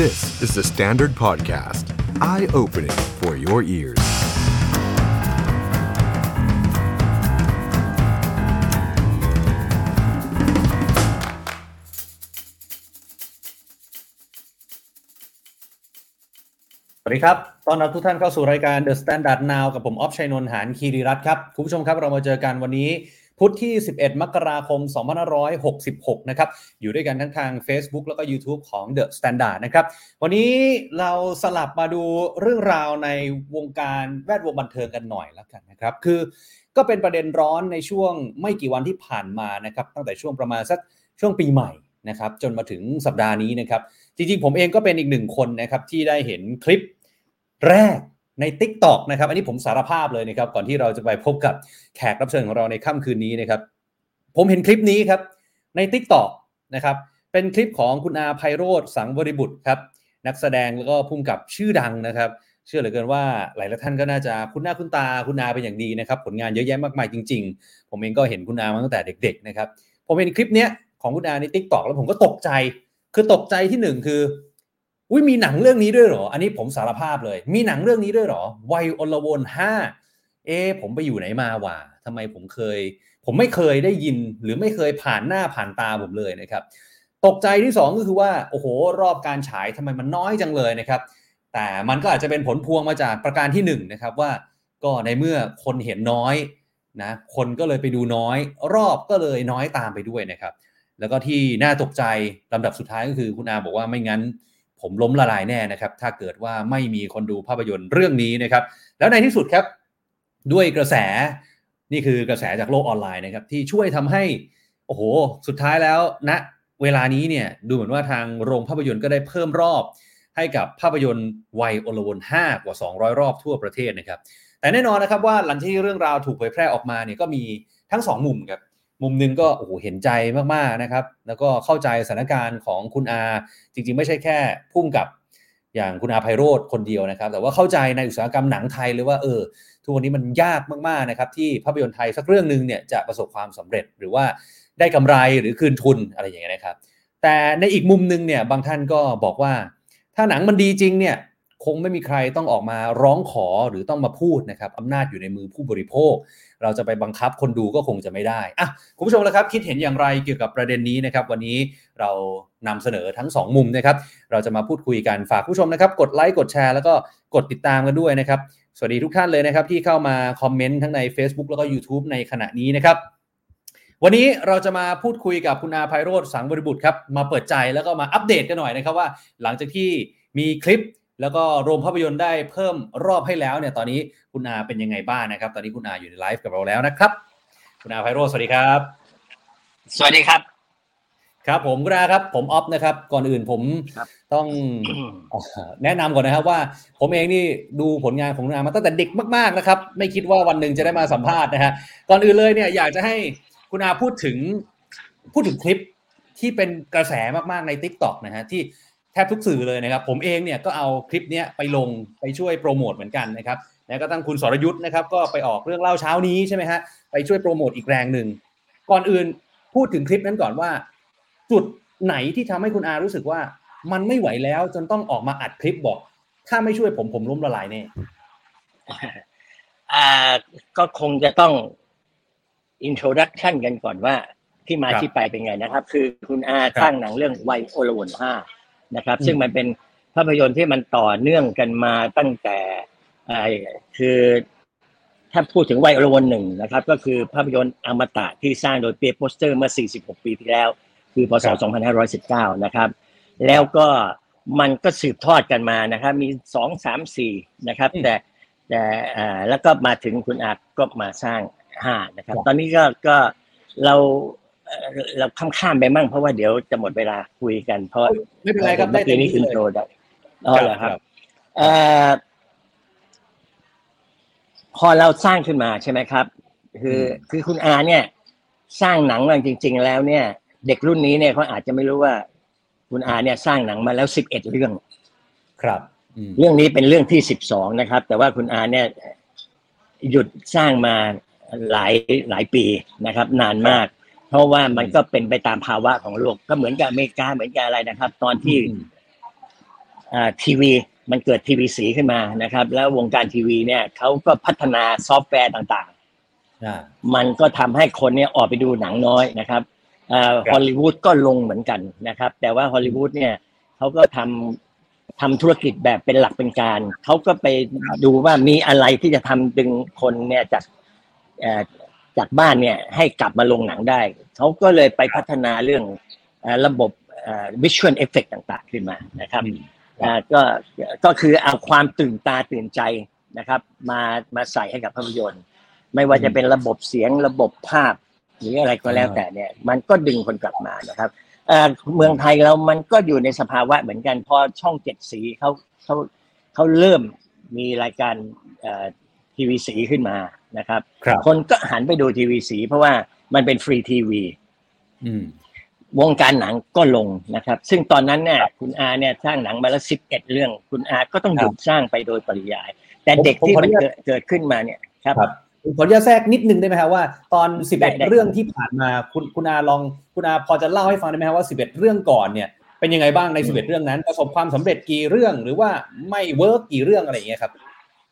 This is the Standard Podcast. Eye-opening for your ears. สวัสดีครับต้อนรับทุกท่านเข้าสู่รายการ The Standard Now กับผมอ๊อฟชัยนนท์ หานคีรีรัตน์ครับคุณผู้ชมครับเรามาเจอกันวันนี้พุธที่11มกราคม2566นะครับอยู่ด้วยกันทั้งทาง Facebook แล้วก็ YouTube ของ The Standard นะครับวันนี้เราสลับมาดูเรื่องราวในวงการแวดวงบันเทิงกันหน่อยแล้วกันนะครับคือก็เป็นประเด็นร้อนในช่วงไม่กี่วันที่ผ่านมานะครับตั้งแต่ช่วงประมาณสักช่วงปีใหม่นะครับจนมาถึงสัปดาห์นี้นะครับจริงๆผมเองก็เป็นอีกหนึ่งคนนะครับที่ได้เห็นคลิปแรกใน TikTok นะครับอันนี้ผมสารภาพเลยนะครับก่อนที่เราจะไปพบกับแขกรับเชิญของเราในค่ำคืนนี้นะครับผมเห็นคลิปนี้ครับใน TikTok นะครับเป็นคลิปของคุณอาไพโรจน์สังวริบุตรครับนักแสดงแล้วก็ผู้กำกับชื่อดังนะครับเชื่อเหลือเกินว่าหลายท่านก็น่าจะคุ้นหน้าคุ้นตาคุณอาเป็นอย่างดีนะครับผลงานเยอะแยะมากมายจริงๆผมเองก็เห็นคุณอามาตั้งแต่เด็กๆนะครับผมเห็นคลิปนี้ของคุณอาใน TikTok แล้วผมก็ตกใจคือตกใจที่หนึ่งคือมีหนังเรื่องนี้ด้วยเหรออันนี้ผมสารภาพเลยมีหนังเรื่องนี้ด้วยเหรอวัยอลวน5ผมไปอยู่ไหนมาวะทำไมผมไม่เคยได้ยินหรือไม่เคยผ่านหน้าผ่านตาผมเลยนะครับตกใจที่2ก็คือว่าโอ้โหรอบการฉายทำไมมันน้อยจังเลยนะครับแต่มันก็อาจจะเป็นผลพวงมาจากประการที่1นะครับว่าก็ในเมื่อคนเห็นน้อยนะคนก็เลยไปดูน้อยรอบก็เลยน้อยตามไปด้วยนะครับแล้วก็ที่น่าตกใจลำดับสุดท้ายก็คือคุณอาบอกว่าไม่งั้นผมล้มละลายแน่นะครับถ้าเกิดว่าไม่มีคนดูภาพยนตร์เรื่องนี้นะครับแล้วในที่สุดครับด้วยกระแสนี่คือกระแสจากโลกออนไลน์นะครับที่ช่วยทำให้โอ้โหสุดท้ายแล้วณเวลานี้เนี่ยดูเหมือนว่าทางโรงภาพยนตร์ก็ได้เพิ่มรอบให้กับภาพยนตร์วัยอลวน5กว่า200รอบทั่วประเทศนะครับแต่แน่นอนนะครับว่าหลังที่เรื่องราวถูกเผยแพร่ออกมาเนี่ยก็มีทั้ง2มุมครับมุมนึงก็โอ้โหเห็นใจมากๆนะครับแล้วก็เข้าใจสถานการณ์ของคุณอาจริงๆไม่ใช่แค่พุ่งกับอย่างคุณอาไพโรจน์คนเดียวนะครับแต่ว่าเข้าใจในอุตสาหกรรมหนังไทยเลยว่าทุกวันนี้มันยากมากๆนะครับที่ภาพยนตร์ไทยสักเรื่องนึงเนี่ยจะประสบความสำเร็จหรือว่าได้กำไรหรือคืนทุนอะไรอย่างเงี้ยนะครับแต่ในอีกมุมนึงเนี่ยบางท่านก็บอกว่าถ้าหนังมันดีจริงเนี่ยคงไม่มีใครต้องออกมาร้องขอหรือต้องมาพูดนะครับอำนาจอยู่ในมือผู้บริโภคเราจะไปบังคับคนดูก็คงจะไม่ได้คุณผู้ชมละครับคิดเห็นอย่างไรเกี่ยวกับประเด็นนี้นะครับวันนี้เรานำเสนอทั้ง2มุมนะครับเราจะมาพูดคุยกันฝากผู้ชมนะครับกดไลค์กดแชร์แล้วก็กดติดตามกันด้วยนะครับสวัสดีทุกท่านเลยนะครับที่เข้ามาคอมเมนต์ทั้งใน Facebook แล้วก็ YouTube ในขณะนี้นะครับวันนี้เราจะมาพูดคุยกับคุณอาไพโรจน์สังวริบุตรครับมาเปิดใจแล้วก็มาอัปเดตกันหน่อยนะครับว่าหลังจากที่มีคลิปแล้วก็โรงภาพยนตร์ได้เพิ่มรอบให้แล้วเนี่ยตอนนี้คุณอาเป็นยังไงบ้างนะครับตอนนี้คุณอาอยู่ในไลฟ์กับเราแล้วนะครับคุณอาไพโรจน์สวัสดีครับสวัสดีครับครับผมคุณอาครับผมอ๊อฟนะครับก่อนอื่นผมต้อง แนะนำก่อนนะครับว่าผมเองนี่ดูผลงานของคุณอามาตั้งแต่เด็กมากๆนะครับไม่คิดว่าวันนึงจะได้มาสัมภาษณ์นะฮะก่อนอื่นเลยเนี่ยอยากจะให้คุณอาพูดถึงคลิปที่เป็นกระแสมากๆใน TikTok นะฮะที่แทบทุกสื่อเลยนะครับผมเองเนี่ยก็เอาคลิปนี้ไปลงไปช่วยโปรโมทเหมือนกันนะครับแล้วก็ตั้งคุณสรยุทธ์นะครับก็ไปออกเรื่องเล่าเช้านี้ใช่ไหมฮะไปช่วยโปรโมทอีกแรงหนึ่งก่อนอื่นพูดถึงคลิปนั้นก่อนว่าจุดไหนที่ทำให้คุณอารู้สึกว่ามันไม่ไหวแล้วจนต้องออกมาอัดคลิปบอกถ้าไม่ช่วยผมล้มละลายแน่ก็คงจะต้อง introduction กันก่อนว่าที่มาที่ไปเป็นไงนะครับคือคุณอาสร้างหนังเรื่องวัยอลวน5นะครับซึ่งมันเป็นภาพยนตร์ที่มันต่อเนื่องกันมาตั้งแต่คือถ้าพูดถึงวัยอลวน1นะครับก็คือภาพยนตร์อมตะที่สร้างโดยเปียร์โปสเตอร์เมื่อ46ปีที่แล้วคือพศ2519นะครับแล้วก็มันก็สืบทอดกันมานะครับมี2 3 4นะครับแต่แล้วก็มาถึงคุณอาก็มาสร้าง5นะครับตอนนี้ก็เราข้ามไปมั่งเพราะว่าเดี๋ยวจะหมดเวลาคุยกันเพราะไม่เป็นไรครับได้ทีนี้อินโทรได้เหรอครับพอเราสร้างขึ้นมาใช่ไหมครับคือคุณอาเนี่ยสร้างหนังมาจริงๆแล้วเนี่ยเด็กรุ่นนี้เนี่ยเขาอาจจะไม่รู้ว่าคุณอาเนี่ยสร้างหนังมาแล้ว11เรื่องครับเรื่องนี้เป็นเรื่องที่12นะครับแต่ว่าคุณอาเนี่ยหยุดสร้างมาหลายปีนะครับนานมากเพราะว่ามันก็เป็นไปตามภาวะของโลกก็เหมือนกับอเมริกาเหมือนกับอะไรนะครับตอนที่ทีวีมันเกิดทีวีสีขึ้นมานะครับแล้ววงการทีวีเนี่ยเขาก็พัฒนาซอฟต์แวร์ต่างๆมันก็ทำให้คนเนี่ยออกไปดูหนังน้อยนะครับฮอลลีวูดก็ลงเหมือนกันนะครับแต่ว่าฮอลลีวูดเนี่ยเขาก็ทำธุรกิจแบบเป็นหลักเป็นการเขาก็ไปดูว่ามีอะไรที่จะทำดึงคนเนี่ยจากบ้านเนี่ยให้กลับมาลงหนังได้เขาก็เลยไปพัฒนาเรื่องระบบvisual effect ต่างๆขึ้นมานะครับก็คือเอาความตื่นตาตื่นใจนะครับมาใส่ให้กับภาพยนตร์ไม่ว่าจะเป็นระบบเสียงระบบภาพหรืออะไรก็แล้วแต่เนี่ยมันก็ดึงคนกลับมานะครับเมืองไทยเรามันก็อยู่ในสภาวะเหมือนกันพอช่อง7สีเขาเริ่มมีรายการทีวีสีขึ้นมานะครับคนก็หันไปดูทีวีสีเพราะว่ามันเป็นฟรีทีวีวงการหนังก็ลงนะครับซึ่งตอนนั้นเนี่ยคุณอาเนี่ยสร้างหนังมาแล้ว11เรื่องคุณอาก็ต้องหยุดสร้างไปโดยปริยายแต่เด็กที่มันเกิดขึ้นมาเนี่ยครับขออนุญาตแทรกนิดนึงได้ไหมครับว่าตอน11เรื่องที่ผ่านมาคุณอาพอจะเล่าให้ฟังได้ไหมครับว่า11เรื่องก่อนเนี่ยเป็นยังไงบ้างใน11เรื่องนั้นประสบความสำเร็จกี่เรื่องหรือว่าไม่เวิร์กกี่เรื่องอะไรอย่างเงี้ยครับ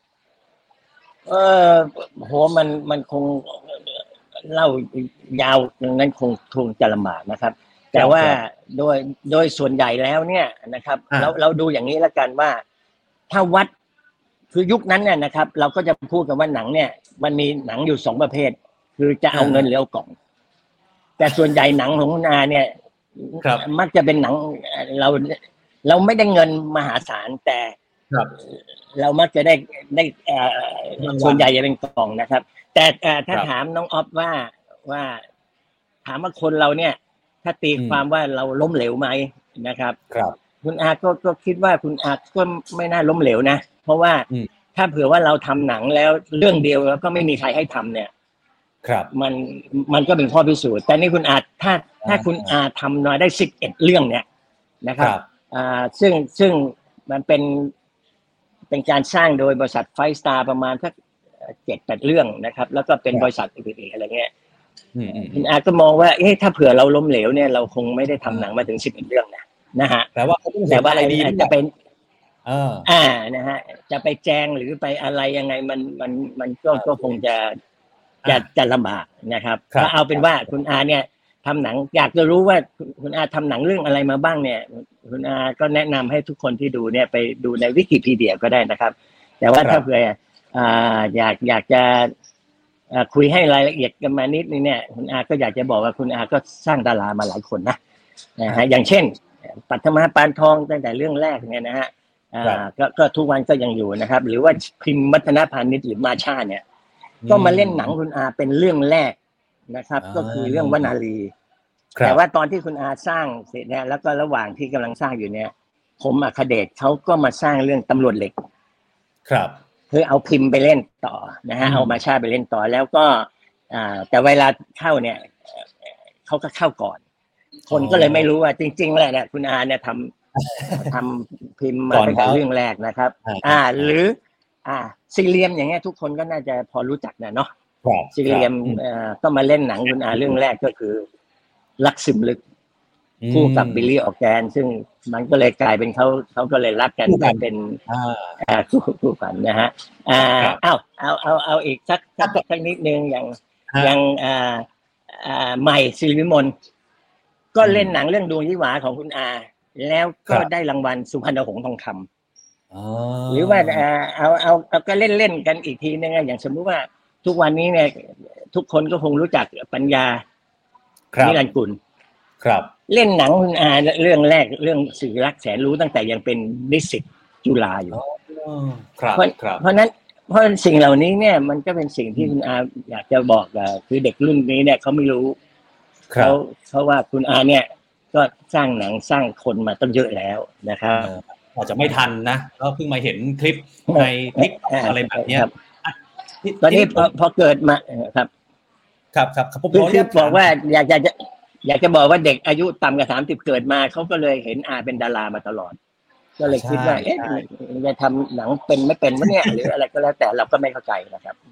โหมันคงเล่ายาวนั้นคงจะลำบากนะครับแต่ว่าโดยส่วนใหญ่แล้วเนี่ยนะครับเราดูอย่างนี้แล้วกันว่าถ้าวัดคือยุคนั้นเนี่ยนะครับเราก็จะพูดกันว่าหนังเนี่ยมันมีหนังอยู่2ประเภทคือจะเอาเงินหรือเอากล่องแต่ส่วนใหญ่หนังของคุณอาเนี่ยมักจะเป็นหนังเราไม่ได้เงินมหาศาลแต่เรามักจะได้ส่วนใหญ่จะเป็นกล่องนะครับแต่ถ้าถามน้องอ๊อฟว่าถามว่าคนเราเนี่ยถ้าตีความว่าเราล้มเหลวไหมนะครับคุณอาก็คิดว่าคุณอาก็ไม่น่าล้มเหลวนะเพราะว่าถ้าเผื่อว่าเราทำหนังแล้วเรื่องเดียวแล้วก็ไม่มีใครให้ทำเนี่ยมันก็เป็นข้อพิสูจน์แต่นี่คุณอาถ้าคุณอาทำมาได้11เรื่องเนี่ยนะครับซึ่งมันเป็นการสร้างโดยบริษัทไฟสตาร์ประมาณสัก7-8เรื่องนะครับแล้วก็เป็นบริษัทอื่นๆอะไรเงี้ยคุณอาก็มองว่าถ้าเผื่อเราล้มเหลวเนี่ยเราคงไม่ได้ทำหนังมาถึง11เรื่องนะฮะแต่ว่าอะไรดีจะเป็นนะฮะจะไปแจงหรือไปอะไรยังไงมันก็คงจะลำบากนะครับก็เอาเป็นว่าคุณอาเนี่ยทำหนังอยากจะรู้ว่าคุณอาทำหนังเรื่องอะไรมาบ้างเนี่ยคุณอาก็แนะนำให้ทุกคนที่ดูเนี่ยไปดูในวิกิพีเดียก็ได้นะครับแต่ว่าถ้าเผื่ออยากจะคุยให้รายละเอียดกันมานิดนึงเนี่ยคุณอาก็อยากจะบอกว่าคุณอาก็สร้างดารามาหลายคนนะฮะอย่างเช่นปัทมาปานทองตั้งแต่เรื่องแรกเนี่ยนะฮะก็ทุกวันก็ยังอยู่นะครับหรือว่าพิมพ์มัฒนพานิชหรือมาชาเนี่ยก็มาเล่นหนังคุณอาเป็นเรื่องแรกนะครับก็คือเรื่องวนาลีแต่ว่าตอนที่คุณอาสร้างเสร็จเนี่ยแล้วก็ระหว่างที่กำลังสร้างอยู่เนี่ยผมอัคเดชเขาก็มาสร้างเรื่องตำรวจเหล็กครับคือเอาพิมพ์ไปเล่นต่อนะฮะเอามาชาไปเล่นต่อแล้วก็แต่เวลาเข้าเนี่ยเขาก็เข้าก่อนคนก็เลยไม่รู้ว่าจริงๆแล้วเนี่ยคุณอาเนี่ยทำพิมพ์มาตั้งแต่เรื่องแรกนะครับหรือซีเรียมอย่างเงี้ยทุกคนก็น่าจะพอรู้จักนะเนาะซีเรียมก็มาเล่นหนังคุณอาเรื่องแรกก็คือรักซึมลึกคู่กับบิลลี่ออร์แกนซึ่งมันก็เลยกลายเป็นเขาก็เลยรักกันกลายเป็นคู่กันนะฮะเอาอีกสักนิดนึงอย่างใหม่ศิริวิมลก็เล่นหนังเรื่องดวงยี่หวาของคุณอาแล้วก็ได้รางวัลสุพรรณหงส์ทองคำหรือว่าเอาก็เล่นกันอีกทีนึงอย่างสมมุติว่าทุกวันนี้เนี่ยทุกคนก็คงรู้จักปัญญานิรันดร์กุลเล่นหนังคุณอาเรื่องแรกเรื่องสื่อรักแสนรู้ตั้งแต่ยังเป็นนิสิตจุฬาอยู่เพราะนั้นสิ่งเหล่านี้เนี่ยมันก็เป็นสิ่งที่คุณอาอยากจะบอกคือเด็กรุ่นนี้เนี่ยเขาไม่รู้เขาว่าคุณอาเนี่ยก็สร้างหนังสร้างคนมาตั้งเยอะแล้วนะครับอาจจะไม่ทันนะก็เพิ่งมาเห็นคลิปในTikTokอะไรแบบนี้ตอนนี้พอเกิดมาครับผมบอกว่าอยากจะบอกว่าเด็กอายุต่ำกว่า30เกิดมาเขาก็เลยเห็นอาเป็นดารามาตลอดก็เลยคิดว่าจะทำหนังเป็นไม่เป็นวะเนี่ยหรืออะไรก็แล้วแต่เราก็ไม่เข้าใจนะครับ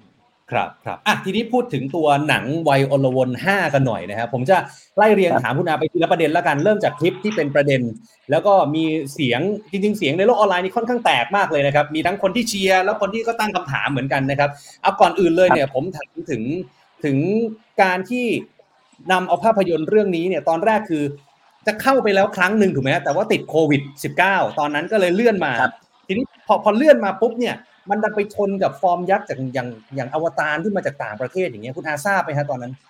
ครับทีนี้พูดถึงตัวหนังวัยอลวน5กันหน่อยนะครับผมจะไล่เรียงถามคุณอาไปทีละประเด็นแล้วกันเริ่มจากคลิปที่เป็นประเด็นแล้วก็มีเสียงจริงๆเสียงในโลกออนไลน์นี่ค่อนข้างแตกมากเลยนะครับมีทั้งคนที่เชียร์แล้วคนที่ก็ตั้งคำถามเหมือนกันนะครับเอาก่อนอื่นเลยเนี่ยผมถามถึงการที่นำเอาภาพยนตร์เรื่องนี้เนี่ยตอนแรกคือจะเข้าไปแล้วครั้งหนึ่งถูกไหมแต่ว่าติดโควิด-19 ตอนนั้นก็เลยเลื่อนมาทีนี้พอเลื่อนมาปุ๊บเนี่ยมันดันไปชนกับฟอร์มยักษ์จากอย่างอวตารที่มาจากต่างประเทศอย่างเงี้ยคุณอาทราบไหมฮะตอนนั้น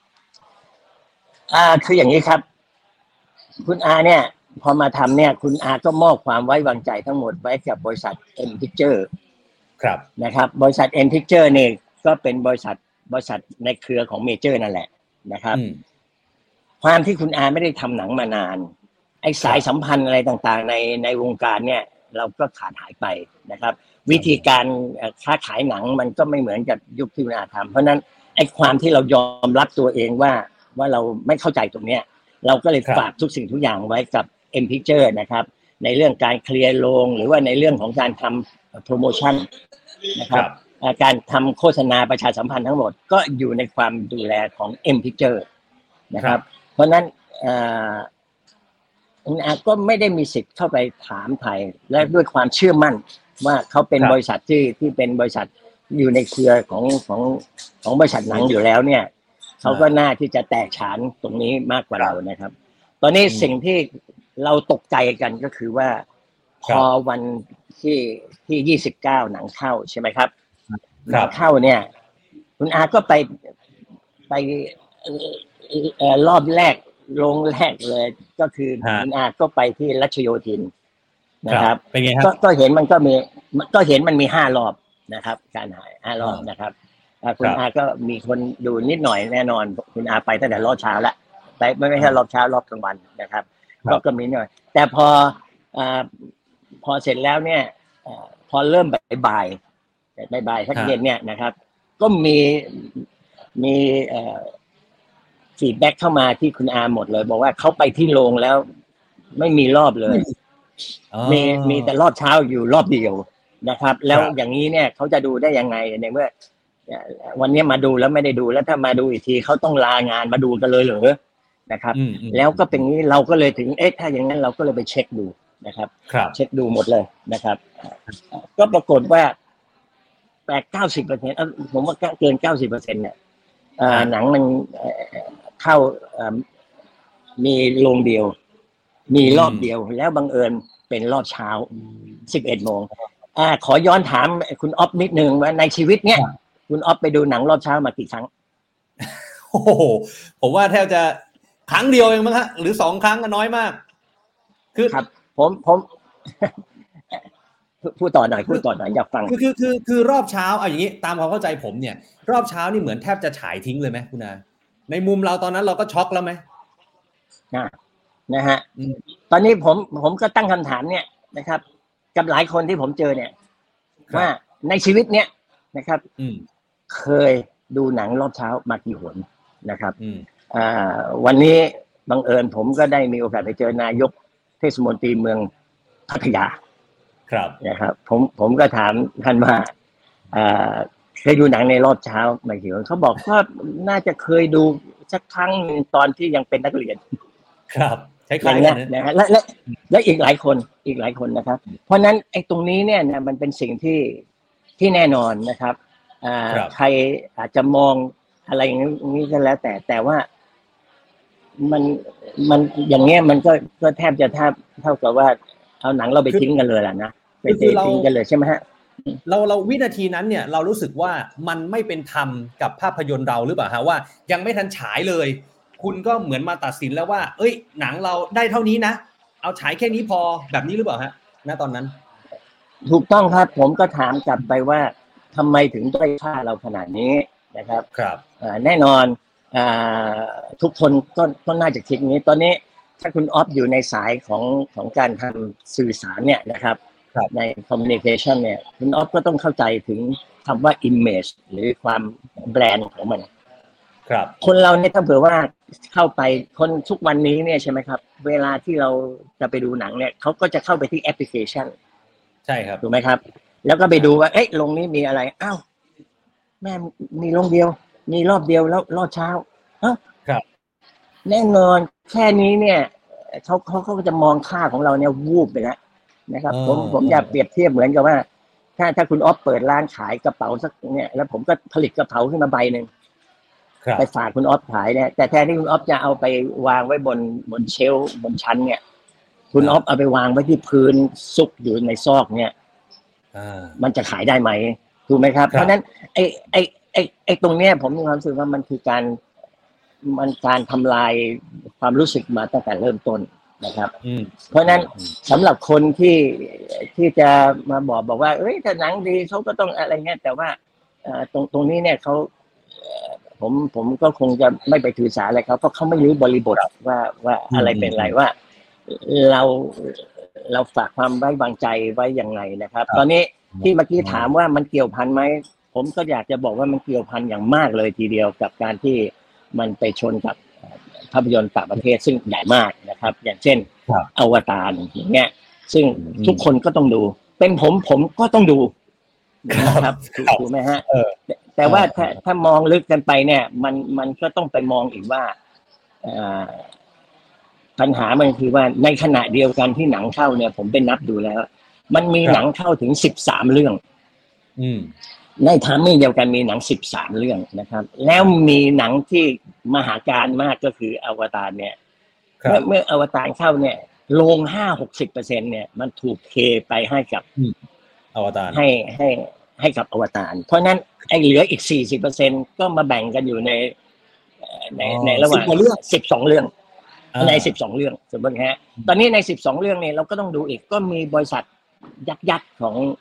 คืออย่างนี้ครับคุณอาเนี่ยพอมาทำเนี่ยคุณอาก็มอบความไว้วางใจทั้งหมดไว้กับบริษัท M Picture ครับนะครับบริษัท M Picture เนี่ยก็เป็นบริษัทในเครือของเมเจอร์นั่นแหละนะครับความที่คุณอาไม่ได้ทำหนังมานานไอ้สายสัมพันธ์อะไรต่างๆในวงการเนี่ยเราก็ขาดหายไปนะครับวิธีการค้าขายหนังมันก็ไม่เหมือนกับยุคที่คุณอาทำเพราะนั้นไอ้ความที่เรายอมรับตัวเองว่าเราไม่เข้าใจตรงเนี้ยเราก็เลยฝากทุกสิ่งทุกอย่างไว้กับ M Picture นะครับในเรื่องการเคลียร์โรงหรือว่าในเรื่องของการทำโปรโมชั่นนะครับการทำโฆษณาประชาสัมพันธ์ทั้งหมดก็อยู่ในความดูแลของ M Picture นะครับเพราะนั้นคุณอาก็ไม่ได้มีสิทธิ์เข้าไปถามไทยและด้วยความเชื่อมั่นว่าเขาเป็นบริษัทที่เป็นบริษัทอยู่ในเครือของบริษัทหนังอยู่แล้วเนี่ยเขาก็น่าที่จะแตกฉานตรงนี้มากกว่าเรานะครับตอนนี้สิ่งที่เราตกใจกันก็คือว่าพอวันที่29หนังเข้าใช่ไหมครับหนังเข้าเนี่ยคุณอาก็ไปรอบแรกโรงแรกเลยก็คือคุณอาก็ไปที่รัชโยธินนะครับเป็นไงครับก็เห็นมันมี5รอบนะครับการหาย5รอบนะครับคุณอาก็มีคนดูนิดหน่อยแน่นอนคุณอาไปตั้งแต่รอบเช้าแล้วไปไม่ใช่รอบเช้ารอบกลางวันนะครับก็มีหน่อยแต่พอเสร็จแล้วเนี่ยพอเริ่มบ่ายทักเย็นเนี่ยนะครับก็มีฟีดแบ็กเข้ามาที่คุณอาหมดเลยบอกว่าเขาไปที่โรงแล้วไม่มีรอบเลยมีแต่รอบเช้าอยู่รอบเดียวนะครับแล้วอย่างนี้เนี่ยเขาจะดูได้ยังไงในเมื่อวันนี้มาดูแล้วไม่ได้ดูแล้วถ้ามาดูอีกทีเขาต้องลางานมาดูกันเลยเหรอนะครับแล้วก็เป็นนี้เราก็เลยถึงถ้าอย่างนั้นเราก็เลยไปเช็คดูนะครับเช็คดูหมดเลยนะครับก็ปรากฏว่า90%ผมว่าเกิน 90% เนี่ยหนังมันเข้ามีโรงเดียวมีรอบเดียวแล้วบังเอิญเป็นรอบเช้า 11 โมงขอย้อนถามคุณอ๊อฟนิดนึงว่าในชีวิตเนี้ยคุณอ๊อฟไปดูหนังรอบเช้ามากี่ครั้งโอ้โหผมว่าแทบจะครั้งเดียวเองมั้งฮะหรือ2ครั้งก็น้อยมากครับผมพูดต่อหน่อยอยากฟังคือรอบเช้าเอาอย่างนี้ตามความเข้าใจผมเนี่ยรอบเช้านี่เหมือนแทบจะฉายทิ้งเลยไหมคุณอาในมุมเราตอนนั้นเราก็ช็อกแล้วไหมนะฮะตอนนี้ผมก็ตั้งคำถามเนี่ยนะครับกับหลายคนที่ผมเจอเนี่ยว่าในชีวิตเนี้ยนะครับเคยดูหนังรอบเช้ามากี่หนนะครับวันนี้บังเอิญผมก็ได้มีโอกาสไปเจอนายกเทศมนตรีเมืองพัทยานะครับผมก็ถามท่านว่าเคยดูหนังในรอบเช้ามากี่หนเขาบอกว่าน่าจะเคยดูสักครั้งตอนที่ยังเป็นนักเรียนครับใช่ครับนะฮะและอีกหลายคนนะครับเพราะนั้นไอ้ตรงนี้เนี่ยนะมันเป็นสิ่งที่แน่นอนนะครับใครอาจจะมองอะไรอย่างนี้ก็แล้วแต่ว่ามันอย่างเงี้ยมันก็แทบจะเท่ากับว่าเอาหนังเราไปทิ้งกันเลยล่ะนะไปทิ้งกันเลยใช่ไหมฮะเราวินาทีนั้นเนี่ยเรารู้สึกว่ามันไม่เป็นธรรมกับภาพยนตร์เราหรือเปล่าฮะว่ายังไม่ทันฉายเลยคุณก็เหมือนมาตัดสินแล้วว่าเอ้ยหนังเราได้เท่านี้นะเอาฉายแค่นี้พอแบบนี้หรือเปล่าฮะณตอนนั้นถูกต้องครับผมก็ถามกลับไปว่าทำไมถึงด้อยค่าเราขนาดนี้นะครับแน่นอนทุกคนก็น่าจะคิดอย่างนี้ตอนนี้ถ้าคุณอ๊อฟอยู่ในสายของการทำสื่อสารเนี่ยนะครับใน communication เนี่ยคุณอ๊อฟก็ต้องเข้าใจถึงคำว่า image หรือความแบรนด์ของมันคนเราเนี่ยถ้าเผื่อว่าเข้าไปคนทุกวันนี้เนี่ยใช่ไหมครับเวลาที่เราจะไปดูหนังเนี่ยเขาก็จะเข้าไปที่แอปพลิเคชันใช่ครับถูกไหมครับแล้วก็ไปดูว่าโรงนี้มีอะไรอ้าวแม่มีโรงเดียวมีรอบเดียวแล้วรอบเช้าครับแน่นอนแค่นี้เนี่ยเขาก็จะมองค่าของเราเนี่ยวูบไปแล้วนะครับผมอยากเปรียบเทียบเหมือนกับว่าถ้าคุณอ๊อฟเปิดร้านขายกระเป๋าสักเนี่ยแล้วผมก็ผลิตกระเป๋าขึ้นมาใบนึงไปฝากคุณอ๊อฟขายเนี่ยแต่แทนที่คุณอ๊อฟจะเอาไปวางไว้บนเชลฟ์บนชั้นเนี่ยคุณอ๊อฟเอาไปวางไว้ที่พื้นซุกอยู่ในซอกเนี่ยมันจะขายได้ไหมถูกไหมครับเพราะนั้นไอ้ตรงเนี้ยผมมีความรู้สึกว่ามันคือการทำลายความรู้สึกมาตั้งแต่เริ่มต้นนะครับเพราะนั้นสำหรับคนที่จะมาบอกว่าเอ้ยถ้าหนังดีเขาก็ต้องอะไรเงี้ยแต่ว่าตรงนี้เนี่ยผมก็คงจะไม่ไปถือสาอะไรเขาเพราะเขาไม่รู้บริบทว่าอะไรเป็นไรว่าเราฝากความไว้วางใจไว้ยังไงนะครับตอนนี้ที่เมื่อกี้ถามว่ามันเกี่ยวพันไหมผมก็อยากจะบอกว่ามันเกี่ยวพันอย่างมากเลยทีเดียวกับการที่มันไปชนกับภาพยนตร์ต่างประเทศซึ่งใหญ่มากนะครับอย่างเช่นอวตารอย่างเงี้ยซึ่งทุกคนก็ต้องดูเป็นผมก็ต้องดูนะครับถูกไหมฮะแต่ว่าถ้ามองลึกกันไปเนี่ยมันก็ต้องไปมองอีกว่าปัญหามันคือว่าในขณะเดียวกันที่หนังเข้าเนี่ยผมไปนับดูแล้วมันมีหนังเข้าถึง13เรื่องในไทมิ่งเดียวกันมีหนัง13เรื่องนะครับแล้วมีหนังที่มหาการมากก็คืออวตารเนี่ยเมื่ออวตารเข้าเนี่ยลง 50-60% เนี่ยมันถูกเทไปให้กับอวตารให้กับอวตารเพราะนั้นไอ้เหลืออีก 40% ก็มาแบ่งกันอยู่ในระหว่าง12เรื่องใน12เรื่องสมมุติฮะตอนนี้ใน12เรื่องเนี่ยเราก็ต้องดูอีกก็มีบริษัทยักษ์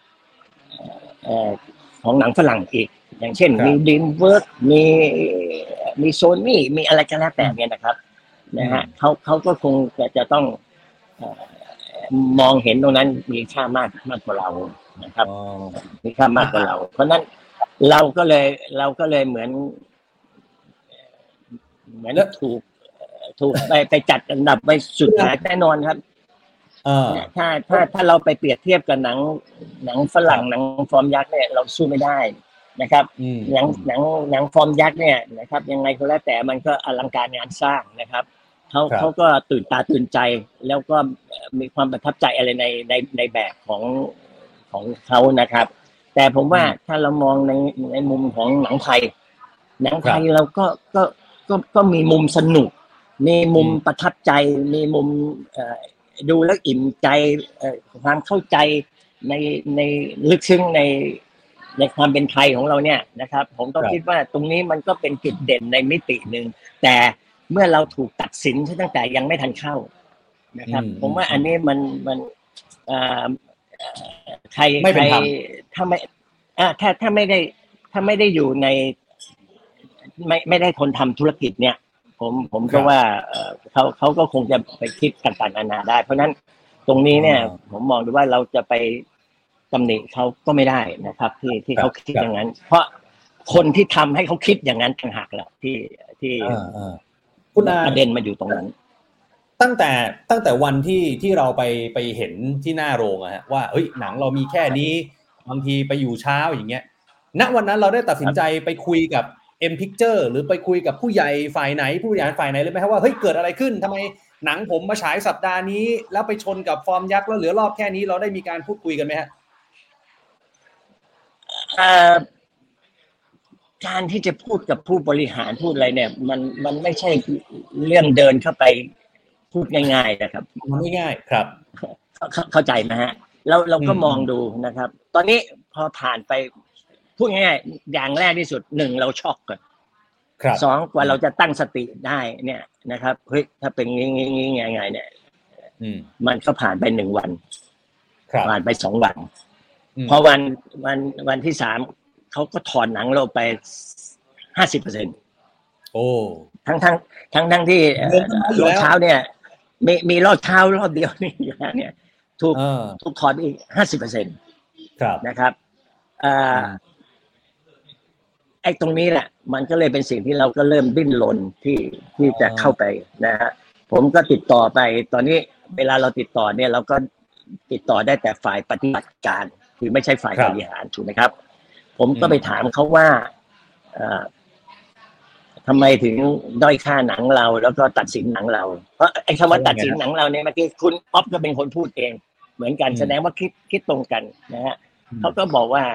ของหนังฝรั่งอีกอย่างเช่นมีDreamWorksมี Sony มีอะไรกันแล้วแต่เนี่ยนะครับนะฮะเขาก็คงจะต้องมองเห็นตรงนั้นมีค่ามากกว่าเรานะครับมีค่ามากกว่าเราเพราะนั้นเราก็เลยเหมือนถูกไปจัดอันดับไว้สุดท้ายแน่นอนครับถ้าเราไปเปรียบเทียบกับหนังฝรั่งหนังฟอร์มยักษ์เนี่ยเราสู้ไม่ได้นะครับหนังฟอร์มยักษ์เนี่ยนะครับยังไงก็แล้วแต่มันก็อลังการงานสร้างนะครับเขาก็ตื่นตาตื่นใจแล้วก็มีความประทับใจอะไรในแบบของเขานะครับแต่ผมว่าถ้าเรามองในมุมของหนังไทยเราก็มีมุมสนุกมีมุมประทับใจมีมุมดูแล้วอิ่มใจความเข้าใจในลึกซึ้งในความเป็นไทยของเราเนี่ยนะครับผมก็คิดว่าตรงนี้มันก็เป็นจุดเด่นในมิตินึงแต่เมื่อเราถูกตัดสินตั้งแต่ยังไม่ทันเข้านะครับผมว่าอันนี้มันใครถ้าไม่ได้อยู่ในไม่ได้คนทำธุรกิจเนี่ยผมก็ว่าเขาก็คงจะไปคิดต่างๆนานาได้เพราะนั้นตรงนี้เนี่ยผมมองดูว่าเราจะไปตำหนิเขาก็ไม่ได้นะครับที่เขาคิดอย่างนั้นเพราะคนที่ทำให้เขาคิดอย่างนั้นต่างหากแหละที่ประเด็นมาอยู่ตรงนั้นตั้งแต่วันที่เราไปเห็นที่หน้าโรงอะฮะว่าเฮ้ยหนังเรามีแค่นี้บางทีไปอยู่เช้าอย่างเงี้ยณวันนั้นเราได้ตัดสินใจไปคุยกับM Picture หรือไปคุยกับผู้ใหญ่ฝ่ายไหนผู้บริหารฝ่ายไหนเลยไหมครับว่าเฮ้ยเกิดอะไรขึ้นทำไมหนังผมมาฉายสัปดาห์นี้แล้วไปชนกับฟอร์มยักษ์แล้วเหลือรอบแค่นี้เราได้มีการพูดคุยกันไหมฮะการที่จะพูดกับผู้บริหารพูดอะไรเนี่ยมันไม่ใช่เรื่องเดินเข้าไปพูดง่ายๆนะครับมันไม่ง่ายครับเข้าใจไหมฮะเราก็มองดูนะครับตอนนี้พอผ่านไปพูดง่ายๆอย่างแรกที่สุด1เราช็อกก่อน2กว่าเราจะตั้งสติได้เนี่ยนะครับเฮ้ยถ้าเป็นงี้ยังไงเนี่ยมันก็ผ่านไป1วันผ่านไป2วันพอวันที่3เขาก็ถอนหนังเราไป 50% โอ้ทั้งที่รอบเช้าเนี่ยมีรอบเช้ารอบเดียวนี่อยู่แล้วเนี่ยถูกถอนอีก 50% ครับนะครับไอ้ตรงนี้แหละมันก็เลยเป็นสิ่งที่เราก็เริ่มดิ้นรนที่จะเข้าไปนะฮะผมก็ติดต่อไปตอนนี้เวลาเราติดต่อเนี่ยเราก็ติดต่อได้แต่ฝ่ายปฏิบัติการคือไม่ใช่ฝ่ายบริหารถูกไหมครับผมก็ไปถามเขาว่าทำไมถึงด้อยค่าหนังเราแล้วก็ตัดสินหนังเราเพราะไอ้คำว่าตัดสินหนังเราเนี่ยเมื่อกี้คุณอ๊อฟก็เป็นคนพูดเองเหมือนกันแสดงว่าคิดตรงกันนะฮะเขาก็บอกว่า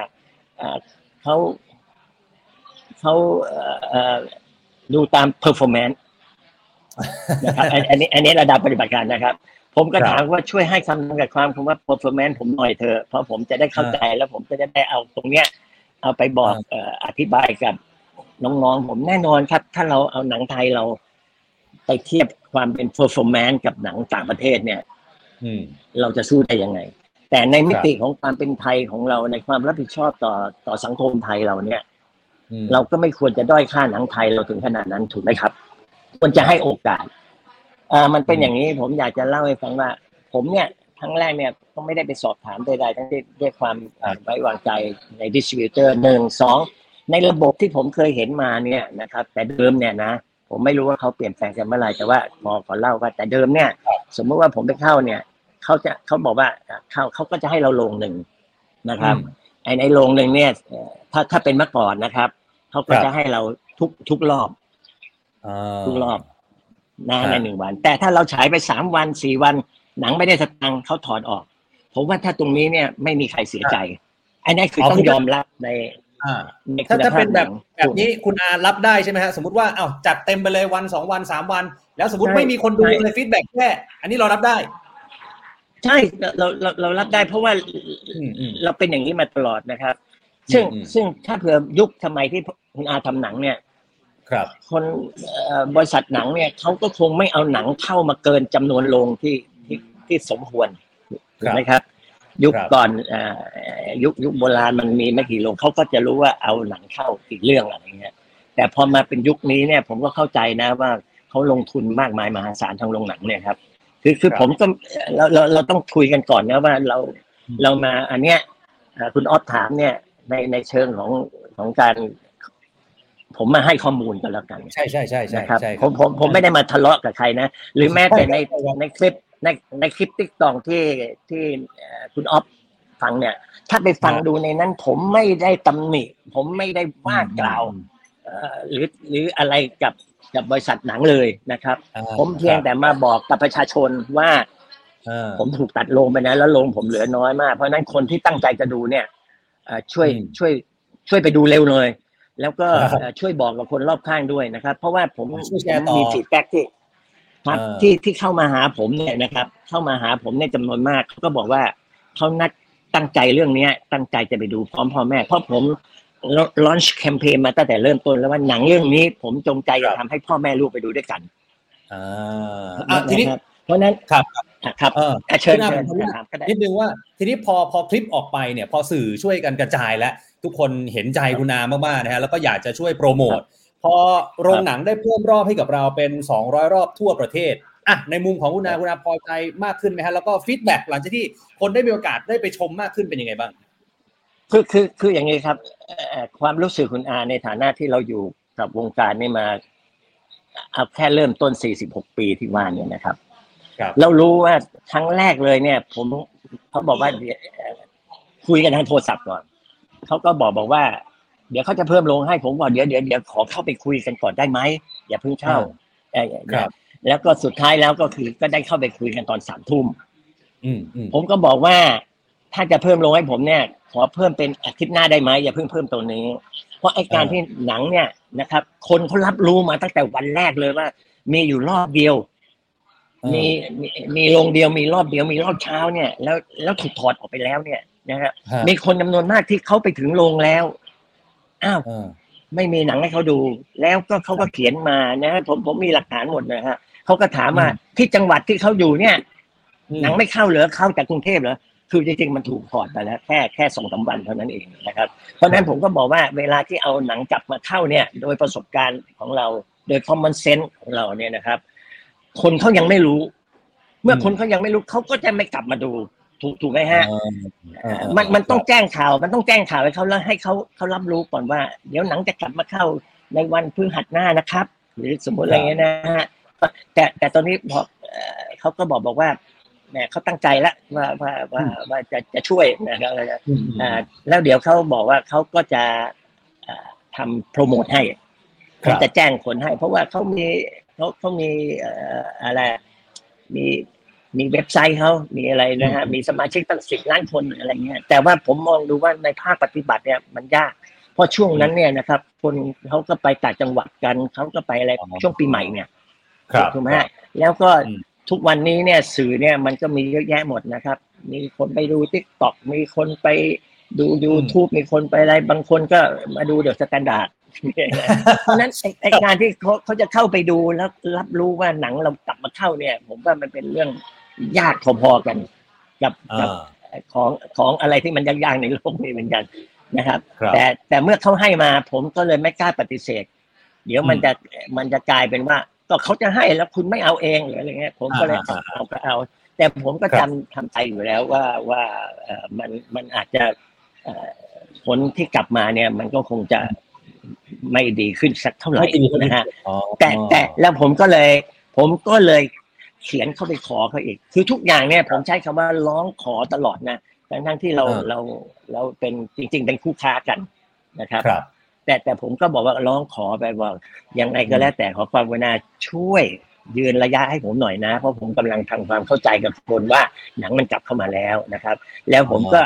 เขาดูตาม performance นะครับอันนี้ระดับปฏิบัติการนะครับผมก็ถามว่าช่วยให้คำจำกัดความคำว่า performance ผมหน่อยเถอะเพราะผมจะได้เข้าใจแล้วผมจะได้เอาตรงเนี้ยเอาไปบอกอธิบายกับน้องๆผมแน่นอนครับถ้าเราเอาหนังไทยเราไปเทียบความเป็น performance กับหนังต่างประเทศเนี่ยเราจะสู้ได้ยังไงแต่ในมิติของความเป็นไทยของเราในความรับผิดชอบต่อสังคมไทยเราเนี่ยเราก็ไม่ควรจะด้อยค่าหนังไทยเราถึงขนาดนั้นถูกไหมครับควรจะให้โอกาสมันเป็นอย่างนี้ผมอยากจะเล่าให้ฟังว่าผมเนี่ยครั้งแรกเนี่ยก็ไม่ได้ไปสอบถามใดๆทั้งด้วยความไว้วางใจในดิสทริบิวเตอร์1 2ในระบบที่ผมเคยเห็นมาเนี่ยนะครับแต่เดิมเนี่ยนะผมไม่รู้ว่าเขาเปลี่ยนแปลงกันเมื่อไหร่แต่ว่าขอเล่าว่าแต่เดิมเนี่ยสมมติว่าผมไปเข้าเนี่ยเขาบอกว่าเขาก็จะให้เราลงหนึ่งนะครับในโรงหนึ่งเนี่ยถ้าเป็นเมื่อก่อนนะครับเขาก็จะให้เราทุกรอบนะใน1 วันแต่ถ้าเราฉายไป3 วัน 4 วันหนังไม่ได้สตังค์เขาถอดออกผมว่าถ้าตรงนี้เนี่ยไม่มีใครเสียใจอันนี้คือต้องยอมรับในถ้าเป็นแบบนี้คุณอารับได้ใช่ไหมฮะสมมติว่าจัดเต็มไปเลยวัน2 วัน3 วันแล้วสมมติไม่มีคนดูเลยฟีดแบ็กแค่อันนี้เรารับได้ใช่เรารับได้เพราะว่าเราเป็นอย่างนี้มาตลอดนะครับซึ่งถ้าเผื่อยุคสมัยที่คุณอาทำหนังเนี่ยคนบริษัทหนังเนี่ยเขาก็คงไม่เอาหนังเข้ามาเกินจำนวนโรงที่สมควรถูกไหมครับยุคก่อนยุคโบราณมันมีไม่กี่โรงเขาก็จะรู้ว่าเอาหนังเข้ากี่เรื่องอะไรเงี้ยแต่พอมาเป็นยุคนี้เนี่ยผมก็เข้าใจนะว่าเขาลงทุนมากมายมหาศาลทางโรงหนังเนี่ยครับคือผมก็เราต้องคุยกันก่อนนะว่าเรามาอันเนี้ยคุณอ๊อฟถามเนี่ยในเชิงของการผมมาให้ข้อมูลกันแล้วกันใช่ครับผมไม่ได้มาทะเลาะกับใครนะหรือแม้แต่ในคลิปในคลิป TikTok ที่คุณอ๊อฟฟังเนี่ยถ้าไปฟังดูในนั้นผมไม่ได้ตำหนิผมไม่ได้ว่ากล่าวหรืออะไรกับบริษัทหนังเลยนะครับผมเพียงแต่มาบอกกับประชาชนว่าผมถูกตัดโรงไปนะแล้วโรงผมเหลือน้อยมากเพราะนั้นคนที่ตั้งใจจะดูเนี่ยช่วยไปดูเร็วเลยแล้วก็ช่วยบอกกับคนรอบข้างด้วยนะครับเพราะว่าผมมีฟีดแบ็กที่เข้ามาหาผมเนี่ยนะครับเข้ามาหาผมในจำนวนมากเขาก็บอกว่าเขานัดตั้งใจเรื่องนี้ตั้งใจจะไปดูพร้อมพ่อแม่เพราะผมลอนช์แคมเปญมาตั้งแต่เริ่มต้นแล้วว่าหนังเรื่องนี้ผมจงใจจะทำให้พ่อแม่ลูกไปดูด้วยกันทีนี้เพราะนั้นครับเชิญนิดนึงว่าทีนี้พอคลิปออกไปเนี่ยพอสื่อช่วยกันกระจายแล้วทุกคนเห็นใจคุณอามากๆนะฮะแล้วก็อยากจะช่วยโปรโมทพอโรงหนังได้เพิ่มรอบให้กับเราเป็น200รอบทั่วประเทศในมุมของคุณอาพอใจมากขึ้นไหมฮะแล้วก็ฟีดแบ็กหลังจากที่คนได้มีโอกาสได้ไปชมมากขึ้นเป็นยังไงบ้างคืออย่างนี้ครับความรู้สึกคุณอาในฐานะที่เราอยู่กับวงการนี่มาแค่เริ่มต้น46 ปีที่ว่าเนี่ยนะครับเรารู้ว่าครั้งแรกเลยเนี่ยเขาบอกว่าคุยกันทางโทรศัพท์ก่อนเขาก็บอกว่าเดี๋ยวเขาจะเพิ่มลงให้ผมบอกเดี๋ยวขอเข้าไปคุยกันก่อนได้ไหมอย่าเพิ่งเข้าแล้วก็สุดท้ายแล้วก็คือก็ได้เข้าไปคุยกันตอน3 ทุ่มผมก็บอกว่าถ้าจะเพิ่มลงให้ผมเนี่ยขอเพิ่มเป็นอาทิตย์หน้าได้ไหมอย่าเพิ่มตัวนี้เพราะไอ้การที่หนังเนี่ยนะครับคนเขารับรู้มาตั้งแต่วันแรกเลยว่ามีอยู่รอบเดียวมีโรงเดียวมีรอบเดียวมีรอบเช้าเนี่ยแล้วถูกถอดออกไปแล้วเนี่ยนะครับมีคนจำนวนมากที่เขาไปถึงโรงแล้วไม่มีหนังให้เขาดูแล้วก็เขาก็เขียนมานะผมมีหลักฐานหมดนะฮะเขาก็ถามว่าที่จังหวัดที่เขาอยู่เนี่ยหนังไม่เข้าเหรอเข้าจากกรุงเทพเหรอคือจริงๆมันถูกถอดไปแล้วแค่2-3 วันเท่านั้นเองนะครับเพราะนั้นผมก็บอกว่าเวลาที่เอาหนังกลับมาเข้าเนี่ยโดยประสบการณ์ของเราโดย common sense ของเราเนี่ยนะครับคนเขายังไม่รู้เมื่อคนเขายังไม่รู้เขาก็จะไม่กลับมาดูถูกไหมฮะมันต้องแจ้งข่าวมันต้องแจ้งข่าวให้เขาแล้วให้เขารับรู้ก่อนว่าเดี๋ยวหนังจะกลับมาเข้าในวันพฤหัสหน้านะครับหรือสมมติอะไรเงี้ยนะฮะแต่ตอนนี้เขาก็บอกว่าเนี่ยเขาตั้งใจแล้วว่าจะช่วยนะครับแล้วเดี๋ยวเขาบอกว่าเขาก็จะทำโปรโมทให้ผมจะแจ้งคนให้เพราะว่าเขามีอะไรมีเว็บไซต์เขามีอะไรนะฮะมีสมาชิกตั้ง10 ล้านคนอะไรเงี้ยแต่ว่าผมมองดูว่าในภาคปฏิบัติเนี่ยมันยากเพราะช่วงนั้นเนี่ยนะครับคนเขาก็ไปต่างจังหวัดกันเขาก็ไปอะไรช่วงปีใหม่เนี่ยถูกไหมแล้วก็ทุกวันนี้เนี่ยสื่อเนี่ยมันก็มีเยอะแยะหมดนะครับมีคนไปดู TikTok มีคนไปดู YouTube มีคนไปอะไรบางคนก็มาดูเดอะสแตนดาร์ดเพราะนั้นไอ้การที่เขาจะเข้าไปดูแล้วรับรู้ว่าหนังเรากลับมาเข้าเนี่ยผมว่ามันเป็นเรื่องยากพอๆกันกับของอะไรที่มันยากๆในโลกนี้เหมือนกันนะครับแต่เมื่อเขาให้มาผมก็เลยไม่กล้าปฏิเสธเดี๋ยวมันจะกลายเป็นว่าก็เขาจะให้แล้วคุณไม่เอาเองหรืออะไรเงี้ยผมก็เลยเอาแต่ผมก็ทำใจอยู่แล้วว่ามันอาจจะผลที่กลับมาเนี่ยมันก็คงจะไม่ดีขึ้นสักเท่าไหร่นะฮะแต่แล้วผมก็เลยเขียนเข้าไปขอเขาอีกคือทุกอย่างเนี่ยผมใช้คำว่าร้องขอตลอดนะทั้งที่เราเป็นจริงๆเป็นคู่ค้ากันนะครับแต่ผมก็บอกว่าร้องขอไปว่ายังไงก็แล้วแต่ขอความกรุณาช่วยยืนระยะให้ผมหน่อยนะเพราะผมกำลังทำความเข้าใจกับคนว่าหนังมันกลับเข้ามาแล้วนะครับแล้วผมก็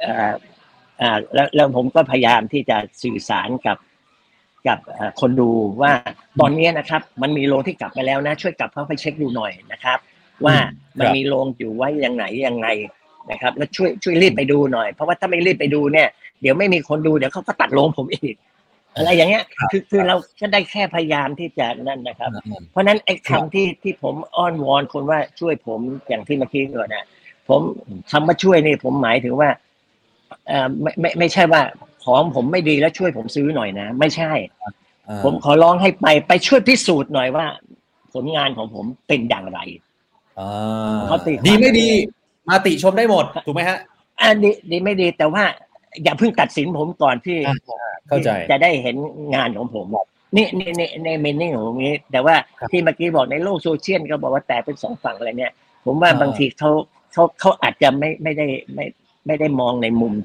แล้วผมก็พยายามที่จะสื่อสารกับคนดูว่าตอนนี้นะครับมันมีโรงที่กลับมาแล้วนะช่วยกลับเข้าไปเช็คดูหน่อยนะครับว่ามันมีโรงอยู่ไว้ยังไงนะครับแล้วช่วยรีบไปดูหน่อยเพราะว่าถ้าไม่รีบไปดูเนี่ยเดี๋ยวไม่มีคนดูเดี๋ยวเขาก็ตัดโรงผมอีกอะไรอย่างเงี้ยคือเราก็ได้แค่พยายามที่จะนั่นนะครับเพราะนั้นไอ้คำที่ผมอ้อนวอนคนว่าช่วยผมอย่างที่เมื่อกี้ก่อนนะผมคำว่าช่วยนี่ผมหมายถึงว่าไม่ใช่ว่าของผมไม่ดีแล้วช่วยผมซื้อหน่อยนะไม่ใช่ผมขอร้องให้ไปช่วยพิสูจน์หน่อยว่าผลงานของผมเป็นอย่างไรดีไม่ดีมาติชมได้หมดถูกไหมฮะดีไม่ดีแต่ว่าอย่าเพิ่งตัดสินผมก่อนที่เข้าใจจะได้เห็นงานของผมนี่ในเมนนิ่งของตรงนี้แต่ว่าที่เมื่อกี้บอกในโลกโซเชียลก็บอกว่าแต่เป็น2 ฝั่งอะไรเนี่ยผมว่าบางทีเขาอาจจะไม่ได้มองในมุม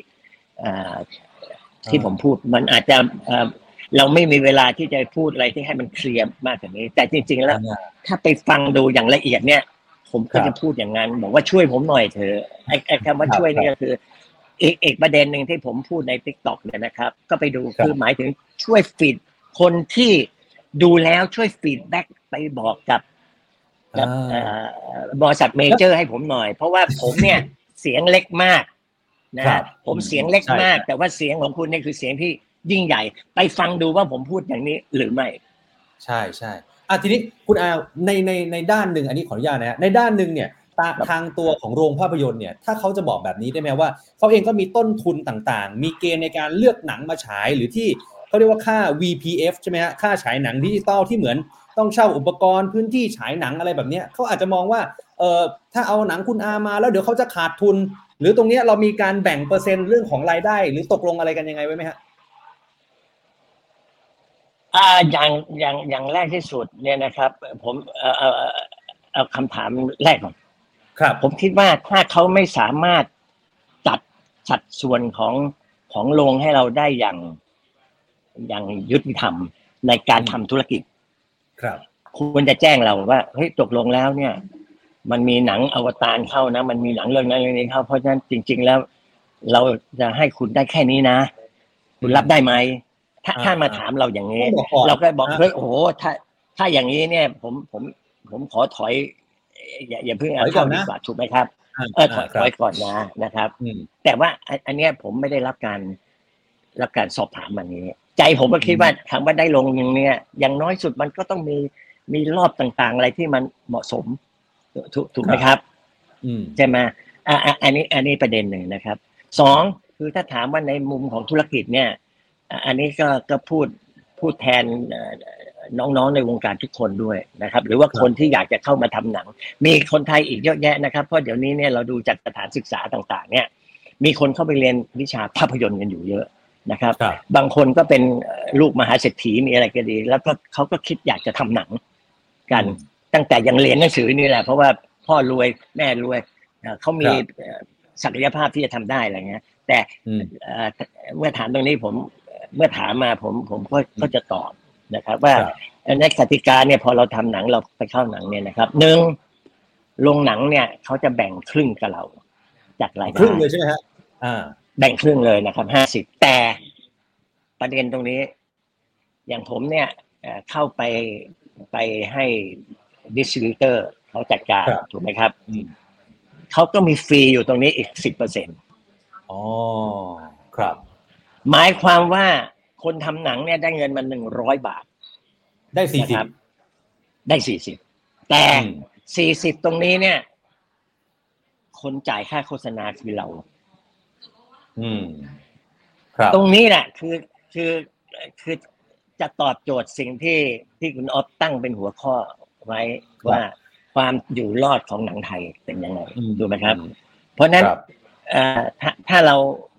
ที่ผมพูดมันอาจจะเราไม่มีเวลาที่จะพูดอะไรที่ให้มันเคลียร์มากกว่านี้แต่จริงๆแล้วถ้าไปฟังดูอย่างละเอียดเนี่ยผมก็จะพูดอย่างนั้นบอกว่าช่วยผมหน่อยเถอะไอ้คำว่าช่วยนี่ก็คืออีกประเด็นหนึ่งที่ผมพูดใน TikTok เนี่ยนะครับก็ไปดูคือหมายถึงช่วยฟีดคนที่ดูแล้วช่วยฟีดแบ็กไปบอกกับบริษัทเมเจอร์ให้ผมหน่อยเพราะว่าผมเนี่ยเสียงเล็กมากนะผมเสียงเล็กมากแต่ว่าเสียงของคุณนี่คือเสียงที่ยิ่งใหญ่ไปฟังดูว่าผมพูดอย่างนี้หรือไม่ใช่ทีนี้คุณอาในด้านหนึ่งอันนี้ขออนุญาตนะในด้านหนึ่งเนี่ยทางตัวของโรงภาพยนตร์เนี่ยถ้าเขาจะบอกแบบนี้ได้ไหมว่าเขาเองก็มีต้นทุนต่างๆมีเกณฑ์ในการเลือกหนังมาฉายหรือที่เขาเรียกว่าค่า VPF ใช่ไหมฮะค่าฉายหนังดิจิตอลที่เหมือนต้องเช่าอุปกรณ์พื้นที่ฉายหนังอะไรแบบนี้เขาอาจจะมองว่าถ้าเอาหนังคุณอามาแล้วเดี๋ยวเขาจะขาดทุนหรือตรงนี้เรามีการแบ่งเปอร์เซ็นต์เรื่องของรายได้หรือตกลงอะไรกันยังไงไว้ไหมฮะอย่างแรกที่สุดเนี่ยนะครับผมเอาคำถามแรกก่อนครับผมคิดว่าถ้าเขาไม่สามารถจัดสัดส่วนของโรงให้เราได้อย่างยุติธรรมในการทำธุรกิจครับควรจะแจ้งเราว่าเฮ้ยตกลงแล้วเนี่ยมันมีหนังอวตารเข้านะมันมีหนังเรื่องนั้นเรื่องนี้เข้าเพราะฉะนั้นจริงๆแล้วเราจะให้คุณได้แค่นี้นะคุณรับได้ไหมถ้ามาถามเราอย่างนี้เราก็บอกเฮ้ยโอ้โหถ้าอย่างนี้เนี่ยผมขอถอยอย่าเพิ่งเข้าดีกว่าถูกไหมครับถอยก่อนนะครับแต่ว่าอันเนี้ยผมไม่ได้รับการสอบถามแบบนี้ใจผมก็คิดว่าถามว่าได้ลงอย่างเนี้ยอย่างน้อยสุดมันก็ต้องมีรอบต่างๆอะไรที่มันเหมาะสมถูกไหมครับใช่ไหมอันนี้ประเด็นหนึ่งนะครับ2คือถ้าถามว่าในมุมของธุรกิจเนี่ยอันนี้ก็พูดแทนน้องๆในวงการทุกคนด้วยนะครับหรือว่าคนที่อยากจะเข้ามาทำหนังมีคนไทยอีกเยอะแยะนะครับเพราะเดี๋ยวนี้เนี่ยเราดูจากสถานศึกษาต่างๆเนี่ยมีคนเข้าไปเรียนวิชาภาพยนตร์กันอยู่เยอะนะครับบางคนก็เป็นลูกมหาเศรษฐีมีอะไรก็ดีแล้วก็เขาก็คิดอยากจะทำหนังกันตั้งแต่ยังเรียนหนังสือนี่แหละเพราะว่าพ่อรวยแม่รวยเขามีศักยภาพที่จะทำได้อะไรเงี้ยแต่เมื่อถามตรงนี้ผมเมื่อถามมาผมก็จะตอบนะครับว่าในกติกาเนี่ยพอเราทำหนังเราไปเข้าหนังเนี่ยนะครับหนึ่งโรงหนังเนี่ยเขาจะแบ่งครึ่งกับเราจากรายได้ครึ่งเลยใช่ไหมฮะแบ่งครึ่งเลยนะครับ50แต่ประเด็นตรงนี้อย่างผมเนี่ยเข้าไปให้ดิสทริบิวเตอร์เขาจัดการถูกไหมครับเขาก็มีฟรีอยู่ตรงนี้อีก 10% อ๋อครับหมายความว่าคนทำหนังเนี่ยได้เงินมา100 บาทได้40 ได้40แต่40ตรงนี้เนี่ยคนจ่ายค่าโฆษณาคือเราครับตรงนี้แหละคือจะตอบโจทย์สิ่งที่คุณอ๊อฟตั้งเป็นหัวข้อไว้ว่าความอยู่รอดของหนังไทยเป็นยังไงดูไหมครับเพราะนั้นถ้าเรา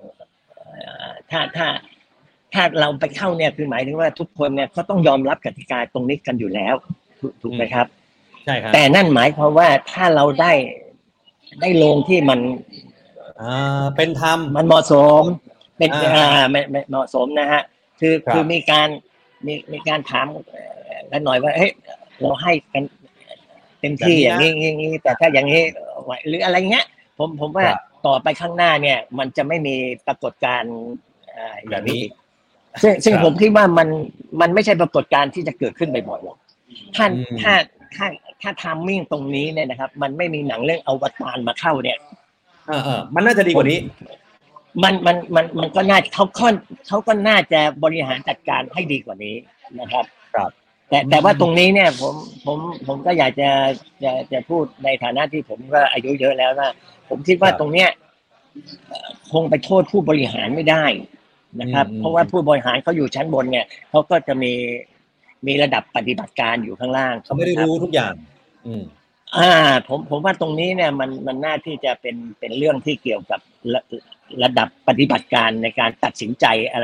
ถ้าเราไปเข้าเนี่ยคือหมายถึงว่าทุกคนเนี่ยก็ต้องยอมรับกติกาตรงนี้กันอยู่แล้วถูกไหมครับใช่ครับแต่นั่นหมายความว่าถ้าเราได้โรงที่มันเป็นธรรมมันเหมาะสมเป็นเหมาะสมนะฮะคือมีการถามกันหน่อยว่าเฮ้ยเราให้กันเต็มที่อย่างนี้แต่ถ้าอย่างนี้หรืออะไรเงี้ยผมว่าต่อไปข้างหน้าเนี่ยมันจะไม่มีปรากฏการณ์อย่างนี้ซึ่งผมคิดว่ามันไม่ใช่ปรากฏการณ์ที่จะเกิดขึ้นบ่อยๆหรอกถ้าทามมิ่งตรงนี้เนี่ยนะครับมันไม่มีหนังเรื่องอวตารมาเข้าเนี่ยมันน่าจะดีกว่านี้มันก็น่าเขาก็น่าจะบริหารจัดการให้ดีกว่านี้นะครับแต่ว่าตรงนี้เนี่ยผมก็อยากจะพูดในฐานะที่ผมก็อายุเยอะแล้วนะผมคิดว่าตรงเนี้ยคงไปโทษผู้บริหารไม่ได้นะครับเพราะว่าผู้บริหารเขาอยู่ชั้นบนเนี่ยเขาก็จะมีระดับปฏิบัติการอยู่ข้างล่างเขาไม่ได้รู้ทุกอย่างผมว่าตรงนี้เนี่ยมันน่าที่จะเป็นเรื่องที่เกี่ยวกับระดับปฏิบัติการในการตัดสินใจอะไร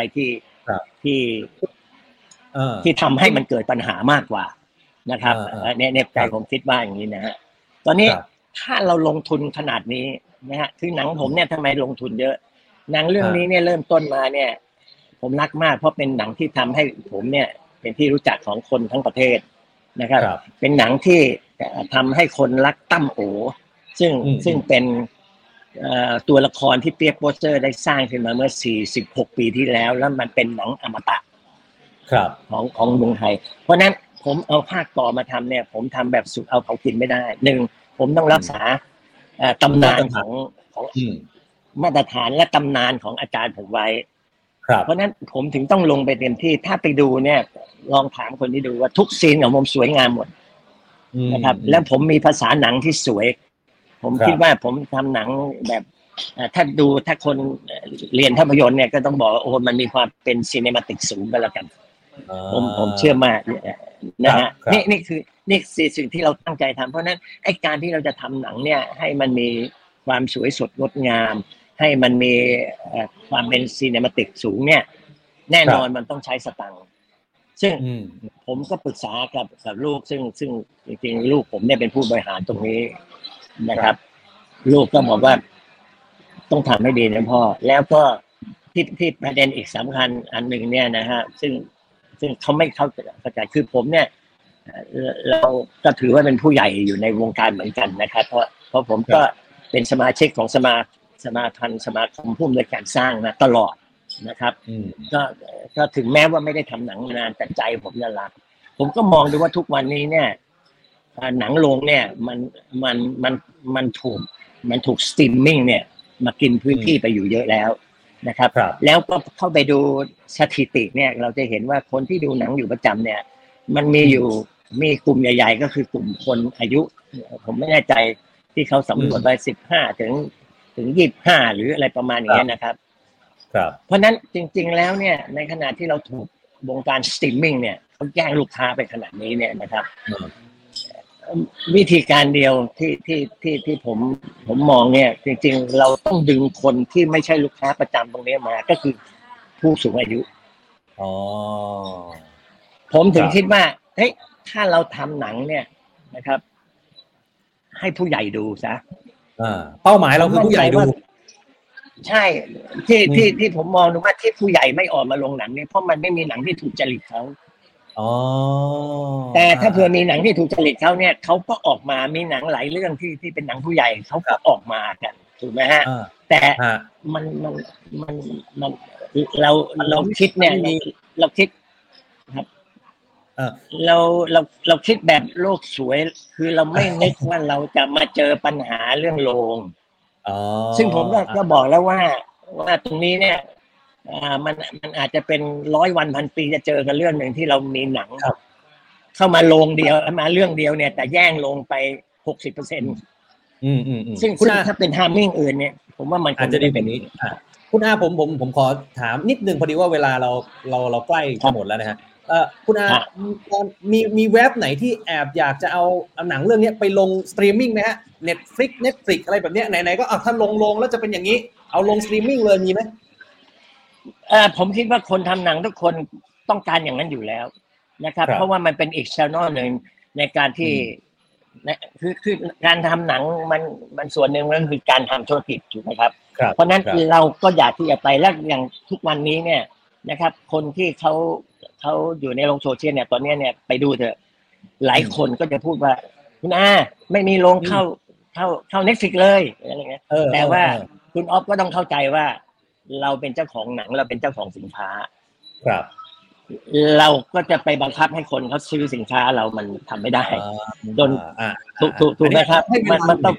ที่ทำให้มันเกิดปัญหามากกว่านะครับในใจผมคิดว่าอย่างนี้นะฮะตอนนี้ถ้าเราลงทุนขนาดนี้นะฮะคือหนังผมเนี่ยทำไมลงทุนเยอะหนังเรื่องนี้เนี่ยเริ่มต้นมาเนี่ยผมรักมากเพราะเป็นหนังที่ทำให้ผมเนี่ยเป็นที่รู้จักของคนทั้งประเทศนะครับเป็นหนังที่ทำให้คนรักตั้มโอซึ่งเป็นตัวละครที่เปียกโปสเตอร์ได้สร้างขึ้นมาเมื่อ46 ปีที่แล้วมันเป็นหนังอมตะของเมืองไทยเพราะนั้นผมเอาภาคต่อมาทำเนี่ยผมทำแบบสุดเอาเขากินไม่ได้หนึ่งผมต้องรักษาตำนานของมาตรฐานและตำนานของอาจารย์ผมไว้เพราะนั้นผมถึงต้องลงไปเต็มที่ถ้าไปดูเนี่ยลองถามคนที่ดูว่าทุกซีนของผมสวยงามหมดนะครับแล้วผมมีภาษาหนังที่สวยผมคิดว่าผมทำหนังแบบถ้าคนเรียนภาพยนตร์เนี่ยก็ต้องบอกว่าโอ้มันมีความเป็นซีเนมาติกสูงไปแล้วกันผมเชื่อมากนะฮะนี่คือสิ่งที่เราตั้งใจทำเพราะนั้นไอ้การที่เราจะทำหนังเนี่ยให้มันมีความสวยสดงดงามให้มันมีความเป็นซีเนมาติกสูงเนี่ยแน่นอนมันต้องใช้สตังค์ซึ่งผมก็ปรึกษากับลูกซึ่งจริงๆลูกผมเนี่ยเป็นผู้บริหารตรงนี้นะครับลูกก็บอกว่าต้องทำให้ดีนะพ่อแล้วก็ที่ประเด็นอีกสำคัญอันหนึ่งเนี่ยนะฮะซึ่งเขาไม่เข้าใจคือผมเนี่ยเราก็ถือว่าเป็นผู้ใหญ่อยู่ในวงการเหมือนกันนะครับเพราะผมก็เป็นสมาชิกของสมาคมผู้อำนวยการสร้างมาตลอดนะครับก็ถึงแม้ว่าไม่ได้ทำหนังนานแต่ใจผมน่ารักผมก็มองดูว่าทุกวันนี้เนี่ยหนังโรงเนี่ยมันถูกสตรีมมิ่งเนี่ยมากินพื้นที่ไปอยู่เยอะแล้วนะครับแล้วก็เข้าไปดูสถิติเนี่ยเราจะเห็นว่าคนที่ดูหนังอยู่ประจำเนี่ยมันมีกลุ่มใหญ่ๆก็คือกลุ่มคนอายุผมไม่แน่ใจที่เขาสำรวจไว้15ถึง25หรืออะไรประมาณอย่างนี้นะครับเพราะนั้นจริงๆแล้วเนี่ยในขณะที่เราถูกวงการสตรีมมิ่งเนี่ยเขาแย่งลูกค้าไปขนาดนี้เนี่ยนะครับวิธีการเดียวที่ผมมองเนี่ยจริงๆเราต้องดึงคนที่ไม่ใช่ลูกค้าประจำตรงนี้มาก็คือผู้สูงอายุผมถึงคิดว่าเฮ้ยถ้าเราทำหนังเนี่ยนะครับให้ผู้ใหญ่ดูซะเป้าหมายเราคือผู้ใหญ่ดูใช่ที่ผมมองดูว่าที่ผู้ใหญ่ไม่ออกมาลงหนังเนี่ยเพราะมันไม่มีหนังที่ถูกจริตเขาแต่ถ้าเผื่อมีหนังที่ถูกจริตเขาเนี่ยเขาก็ออกมามีหนังหลายเรื่องที่เป็นหนังผู้ใหญ่เขาก็ออกมากันถูกไหมฮะแต่มันเราคิดเนี่ยเราคิดครับเราคิดแบบโลกสวยคือเราไม่นึกว่าเราจะมาเจอปัญหาเรื่องโรงซึ่งผมก็บอกแล้วว่าตรงนี้เนี่ยมันอาจจะเป็น100 วันพันปีจะเจอกันเรื่องหนึ่งที่เรามีหนังเข้ามาโรงเดียวมาเรื่องเดียวเนี่ยแต่แย่งลงไป 60%ซึ่งถ้าเป็นไทมิ่งอื่นเนี่ยผมว่ามันอาจจะได้แบบนี้คุณอาผมขอถามนิดนึงพอดีว่าเวลาเราใกล้จะหมดแล้วนะฮะคุณอามีเว็บไหนที่แอบอยากจะเอาหนังเรื่องนี้ไปลงสตรีมมิ่งไหมฮะ Netflix อะไรแบบนี้ไหนๆก็ถ้าลงแล้วจะเป็นอย่างนี้เอาลงสตรีมมิ่งเลยมีไหมผมคิดว่าคนทำหนังทุกคนต้องการอย่างนั้นอยู่แล้วนะครับเพราะว่ามันเป็นอีกช่องหนึ่งในการที่คือการทำหนังมันส่วนหนึ่งก็คือการทำธุรกิจถูกไหมครับเพราะนั้นเราก็อยากที่จะไปแล้วอย่างทุกวันนี้เนี่ยนะครับคนที่เขาอยู่ในโลกโซเชียลเนี่ยตอนนี้เนี่ยไปดูเถอะหลายคนก็จะพูดว่าคุณอาไม่มีโรงเข้า Netflix เลยอะไรเงี้ยแต่ว่าคุณอ๊อฟก็ต้องเข้าใจว่าเราเป็นเจ้าของหนังเราเป็นเจ้าของสินค้าครับเราก็จะไปบังคับให้คนเขาซื้อสินค้าเรามันทำไม่ได้จนถูกไหมครับมันต้อง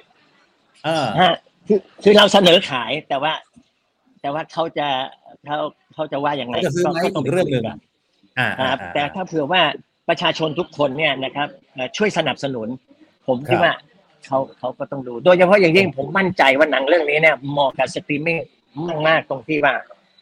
คือเราเสนอขายแต่ว่าเขาจะว่ายังไงก็ต้องเป็นเรื่องนึงครับแต่ถ้าเผื่อว่าประชาชนทุกคนเนี่ยนะครับช่วยสนับสนุนผมคิดว่าเขาก็ต้องดูโดยเฉพาะอย่างยิ่งผมมั่นใจว่าหนังเรื่องนี้เนี่ยเหมาะกับสตรีมมิ่งมากตรงที่ว่า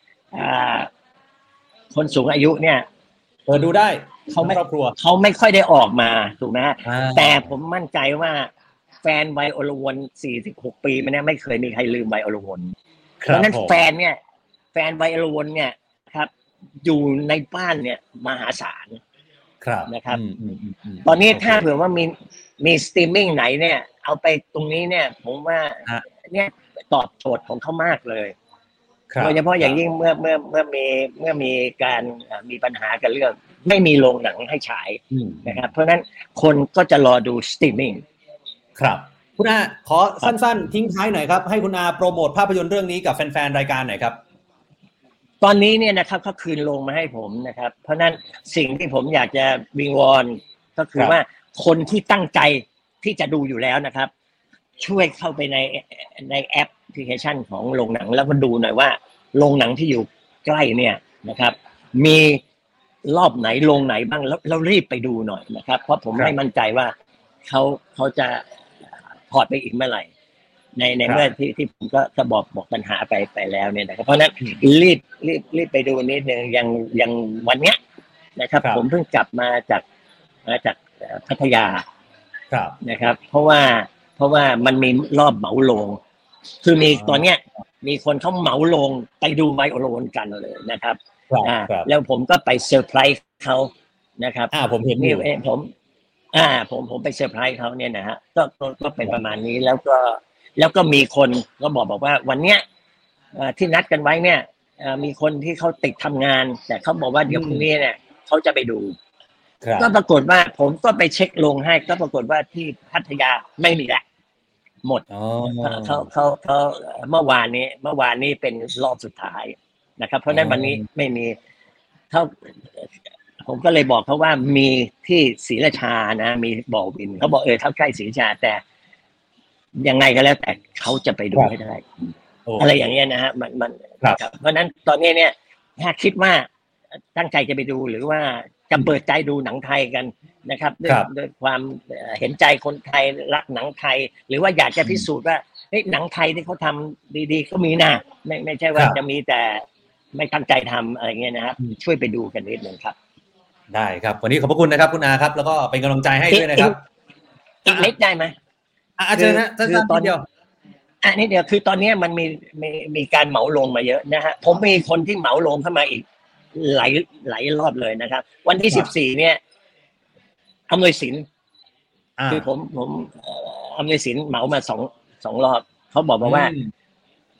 คนสูงอายุเนี่ยดูได้เขาไม่ค่อยได้ออกมาถูกไหมแต่ผมมั่นใจว่าแฟนไวโอลวน46 ปีมาเนี่ยไม่เคยมีใครลืมไวโอลวนเพราะนั้นแฟนไวโอลวนเนี่ยครับอยู่ในบ้านเนี่ยมหาศาลนะครับตอนนี้ถ้าเผื่อว่ามีสตรีมมิ่งไหนเนี่ยเอาไปตรงนี้เนี่ยผมว่าเนี่ยตอบโจทย์ของเขามากเลยโดยเฉพาะอย่างยิ่งเมื่อมีการมีปัญหากันเรื่องไม่มีโรงหนังให้ฉายนะครับเพราะฉะนั้นคนก็จะรอดูสตรีมมิ่งครับคุณอาขอสั้นๆทิ้งท้ายหน่อยครับให้คุณอาโปรโมทภาพยนตร์เรื่องนี้กับแฟนๆรายการหน่อยครับตอนนี้เนี่ยนะครับเขาคืนโรงมาให้ผมนะครับเพราะนั้นสิ่งที่ผมอยากจะวิงวอนก็คือว่าคนที่ตั้งใจที่จะดูอยู่แล้วนะครับช่วยเข้าไปในแอปพลิเคชันของโรงหนังแล้วก็ดูหน่อยว่าโรงหนังที่อยู่ใกล้เนี่ยนะครับมีรอบไหนโรงไหนบ้างแล้วเรารีบไปดูหน่อยนะครับเพราะผมไม่มั่นใจว่าเขาจะพอร์ตไปอีกเมื่อไหร่ในเมื่อที่ผมก็บอกปัญหาไปแล้วเนี่ยนะครับเพราะนั้นรีบไปดูนิดนึงยังวันเนี้ยนะครับผมเพิ่งกลับมาจากพัทยานะครับเพราะว่ามันมีรอบเหมาโรงคือมีตอนเนี้ยมีคนเขาเหมาโรงไปดูไวโอลวนกันเลยนะครับแล้วผมก็ไปเซอร์ไพรส์เขานะครับผมเห็นนี่ผมไปเซอร์ไพรส์เขาเนี่ยนะฮะก็เป็นประมาณนี้แล้วก็มีคนก็บอกว่าวันเนี้ยที่นัดกันไว้เนี่ยมีคนที่เขาติดทำงานแต่เขาบอกว่าเดี๋ยวพรุ่งนี้เนี่ยเขาจะไปดูก็ปรากฏว่าผมก็ไปเช็คลงให้ก็ปรากฏว่าที่พัทยาไม่มีละหมดเขาเมื่อวานนี้เป็นรอบสุดท้ายนะครับเพราะนั้นวันนี้ไม่มีผมก็เลยบอกเขาว่ามีที่ศรีราชานะมีบ่อวินเขาบอกถ้าใกล้ศรีราชาแต่ยังไงก็แล้วแต่เขาจะไปดูให้ได้อะไรอย่างเงี้ยนะฮะมันเพราะนั้นตอนนี้เนี่ยถ้าคิดว่าตั้งใจจะไปดูหรือว่าจะเปิดใจดูหนังไทยกันนะครับด้วยความเห็นใจคนไทยรักหนังไทยหรือว่าอยากจะพิสูจน์ว่าหนังไทยที่เขาทำดีๆก็มีนะไม่ใช่ว่าจะมีแต่ไม่ตั้งใจทำอะไรเงี้ยนะครับช่วยไปดูกันนิดนึงครับได้ครับวันนี้ขอบพระคุณนะครับคุณอาครับแล้วก็เป็นกำลังใจให้ด้วยนะครับอีกนิดได้ไหมอาจารย์นะตอนเดียวนิดเดียวคือตอนนี้มันมีการเหมาลงมาเยอะนะฮะผมมีคนที่เหมาลงเข้ามาอีกหลายรอบเลยนะครับวันที่14เนี่ยอำนวยสินคือผมอำนวยสินเหมามาสองรอบเขาบอกว่า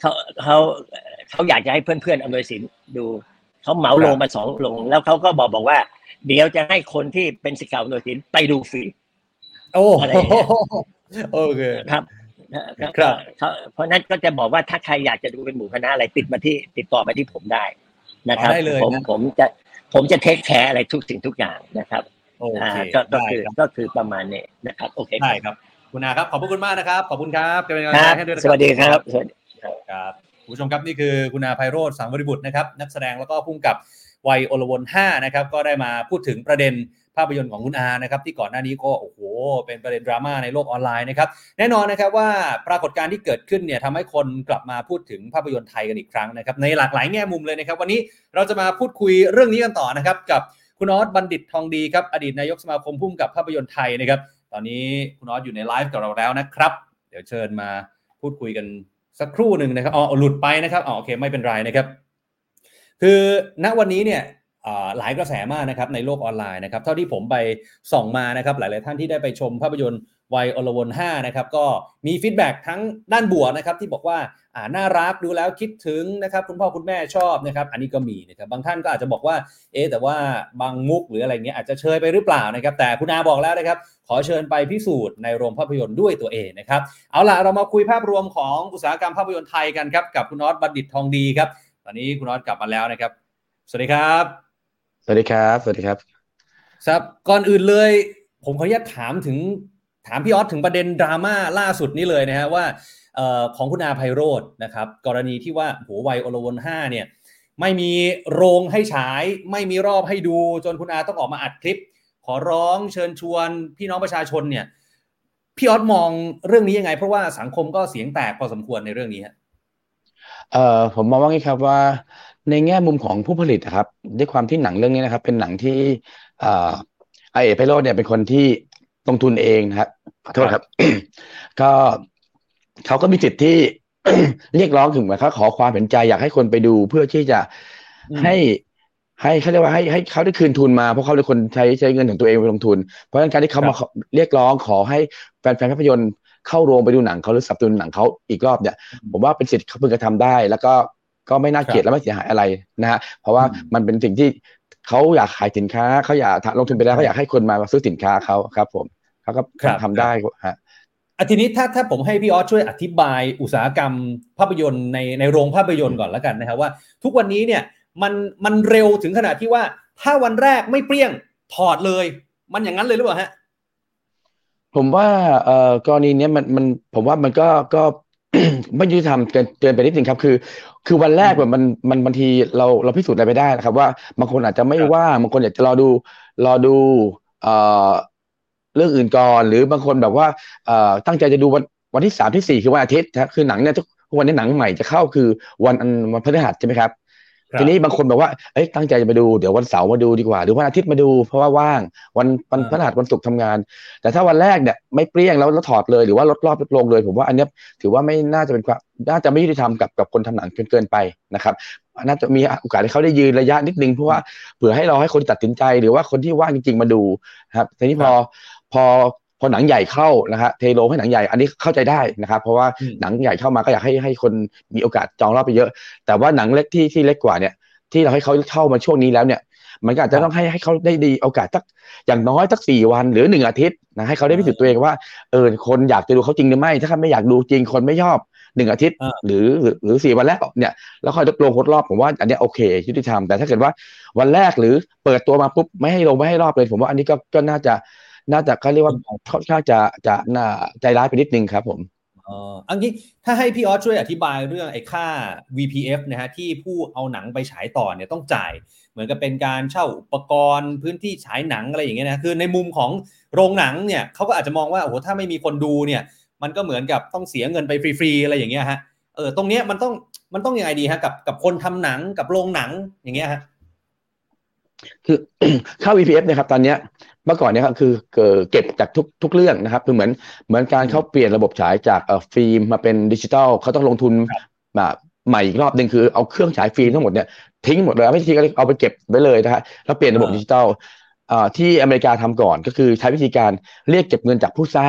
เขาเขาเขาอยากจะให้เพื่อนๆอำนวยสินดูเขาเหมาโรงมา2 โรงแล้วเขาก็บอกว่าเดี๋ยวจะให้คนที่เป็นศิษย์เก่าอำนวยสินไปดูฟรีโอ้อะไรโอเคครับเพราะนั้นก็จะบอกว่าถ้าใครอยากจะดูเป็นหมู่คณะอะไรติดต่อมาที่ผมได้นะครับผมจะเทคแคร์อะไรทุกสิ่งทุกอย่างนะครับโอเคก็คือประมาณนี้นะครับโอเคได้ครับคุณอาครับขอบคุณมากนะครับขอบคุณครับเป็นกำลังใจให้ด้วยสวัสดีครับครับผู้ชมครับนี่คือคุณอาไพโรจน์สังวริบุตรนะครับนักแสดงแล้วก็ผู้กำกับวัยอลวน5นะครับก็ได้มาพูดถึงประเด็นภาพยนตร์ของคุณอานะครับที่ก่อนหน้านี้ก็โอ้โหเป็นประเด็นดราม่าในโลกออนไลน์นะครับแน่นอนนะครับว่าปรากฏการณ์ที่เกิดขึ้นเนี่ยทำให้คนกลับมาพูดถึงภาพยนตร์ไทยกันอีกครั้งนะครับในหลากหลายแง่มุมเลยนะครับวันนี้เราจะมาพูดคุยเรื่องนี้กันต่อนะครับกับคุณออสบัณฑิตทองดีครับอดีตนายกสมาคมผู้กำกับภาพยนตร์ไทยนะครับตอนนี้คุณออสอยู่ในไลฟ์กับเราแล้วนะครับเดี๋ยวเชิญมาพูดคุยกันสักครู่นึงนะครับหลุดไปนะครับโอเคไม่เป็นไรนะครับคือณวันนี้เนี่ยหลายกระแสมากนะครับในโลกออนไลน์นะครับเท่าที่ผมไปส่องมานะครับหลายๆท่านที่ได้ไปชมภาพยนตร์วัยอลวน5นะครับก็มีฟีดแบ็กทั้งด้านบวกนะครับที่บอกว่าน่ารักดูแล้วคิดถึงนะครับคุณพ่อคุณแม่ชอบนะครับอันนี้ก็มีนะครับบางท่านก็อาจจะบอกว่าแต่ว่าบางมุกหรืออะไรเงี้ยอาจจะเชยไปหรือเปล่านะครับแต่คุณอาบอกแล้วนะครับขอเชิญไปพิสูจน์ในโรงภาพยนตร์ด้วยตัวเองนะครับเอาล่ะเรามาคุยภาพรวมของอุตสาหกรรมภาพยนตร์ไทยกันครับกับคุณออสบัณฑิตทองดีครับตอนนี้คุณออสกลับมาแล้วนะครับสวัสดีครับสวัสดีครับสวัสดีครับครับก่อนอื่นเลยผมขออนุญาตถามพี่ออสถึงประเด็นดราม่าล่าสุดนี้เลยนะฮะว่าของคุณอาไพโรจน์นะครับกรณีที่ว่าวัยอลวน5เนี่ยไม่มีโรงให้ฉายไม่มีรอบให้ดูจนคุณอาต้องออกมาอัดคลิปขอร้องเชิญชวนพี่น้องประชาชนเนี่ยพี่ออสมองเรื่องนี้ยังไงเพราะว่าสังคมก็เสียงแตกพอสมควรในเรื่องนี้ฮะผมมองว่างี้ครับว่าในแง่มุมของผู้ผลิตครับด้วยความที่หนังเรื่องนี้นะครับเป็นหนังที่ไอเอไพโรจน์เนี่ยเป็นคนที่ลงทุนเองนะครับขอโทษครับ ก็เขาก็มีสิทธิ์ที่ เรียกร้องถึงว่าเขาขอความเห็นใจอยากให้คนไปดูเพื่อที่จะให้เขาเรียกว่าให้เขาได้คืนทุนมาเพราะเขาเป็นคนใช้เงินของตัวเองไปลงทุนเพราะฉะนั้นการที่เขามาเรียกร้องขอให้แฟนภาพยนตร์เข้าโรงไปดูหนังเขาหรือสนับสนุนหนังเขาอีกรอบเนี่ยผมว่าเป็นสิทธิ์เขาพึงกระทำได้แล้วก็ไม่น่าเกลียดและไม่เสียหายอะไรนะฮะเพราะว่ามันเป็นสิ่งที่เขาอยากขายสินค้าเขาอยากลงทุนไปแล้วเขาอยากให้คนมาซื้อสินค้าเขาครับผมเขาก็ทำได้ฮะทีนี้ถ้าผมให้พี่ออสช่วยอธิบายอุตสาหกรรมภาพยนตร์ในโรงภาพยนตร์ก่อนแล้วกันนะครับว่าทุกวันนี้เนี่ยมันเร็วถึงขนาดที่ว่าถ้าวันแรกไม่เปรี้ยงถอดเลยมันอย่างนั้นเลยหรือเปล่าฮะผมว่ากรณีนี้มันผมว่ามันก็ ไม่ยุติธรรมเกินไปนิดนึงครับคือวันแรกมันบางทีเราพิสูจน์อะไรไม่ได้นะครับว่าบางคนอาจจะไม่ว่างบางคนอยากจะรอดูเรื่องอื่นก่อนหรือบางคนแบบว่าตั้งใจจะดูวันที่3ที่4คือวันอาทิตย์คือหนังเนี่ยทุกวันนี้หนังใหม่จะเข้าคือวันพฤหัสใช่ไหมครับทีนี้บางคนบอกว่าตั้งใจจะไปดูเดี๋ยววันเสาร์มาดูดีกว่าหรือวันอาทิตย์มาดูเพราะว่าว่างวันพฤหัสวันศุกร์ทำงานแต่ถ้าวันแรกเนี่ยไม่เปรี้ยงแล้วถอดเลยหรือว่าลดรอบลดลงเลยผมว่าอันนี้ถือว่าไม่น่าจะเป็นความน่าจะไม่ยุติธรรมกับคนทำหนังเกินไปนะครับน่าจะมีโอกาสให้เขาได้ยืนระยะนิดนึงเพราะว่าเผื่อให้เราให้คนตัดสินใจหรือว่าคนที่ว่างจริงๆมาดูครับทีนี้พอหนังใหญ่เข้านะฮะเทโลให้หนังใหญ่อันนี้เข้าใจได้นะครับเพราะว่าหนังใหญ่เข้ามาก็อยากให้คนมีโอกาสจองรอบไปเยอะแต่ว่าหนังเล็กที่เล็กกว่าเนี่ยที่เราให้เขาเข้ามาช่วงนี้แล้วเนี่ยมันก็อาจจะต้องให้เขาได้ดีโอกาสสักอย่างน้อยสัก4 วันหรือ1 อาทิตย์นะให้เขาได้พิสูจน์ตัวเองว่าคนอยากจะดูเขาจริงหรือไม่ถ้าเขาไม่อยากดูจริงคนไม่ชอบ1 อาทิตย์หรือ4 วันแรกเนี่ยแล้วค่อยลดลงลดรอบผมว่าอันนี้โอเคยุติธรรมแต่ถ้าเกิดว่าวันแรกหรือเปิดตัวมาปุ๊บไม่ให้รอบเลยผมว่าอันนี้ก็น่าจะเขาเรียกว่าค่อนข้างจะน่าใจร้ายไปนิดนึงครับผมอันนี้ถ้าให้พี่ออสช่วยอธิบายเรื่องไอ้ค่า VPF นะฮะที่ผู้เอาหนังไปฉายต่อเนี่ยต้องจ่ายเหมือนกับเป็นการเช่าอุปกรณ์พื้นที่ฉายหนังอะไรอย่างเงี้ยนะคือในมุมของโรงหนังเนี่ยเขาก็อาจจะมองว่าโอ้โหถ้าไม่มีคนดูเนี่ยมันก็เหมือนกับต้องเสียเงินไปฟรีๆอะไรอย่างเงี้ยฮะตรงเนี้ยมันต้องยังไงดีฮะกับคนทำหนังกับโรงหนังอย่างเงี้ยฮะคือค่า VPF นะครับตอนนี้เมื่อก่อนเนี่ยครับคือเก็บจากทุกเรื่องนะครับคือเหมือนการเขาเปลี่ยนระบบฉายจากฟิล์มมาเป็นดิจิตอลเขาต้องลงทุนใหม่อีกรอบนึงคือเอาเครื่องฉายฟิล์มทั้งหมดเนี่ยทิ้งหมดเลยไม่ทิ้งก็เอาไปเก็บไว้เลยนะฮะแล้วเปลี่ยนระบบดิจิตอลที่อเมริกาทำก่อนก็คือใช้วิธีการเรียกเก็บเงินจากผู้สร้าง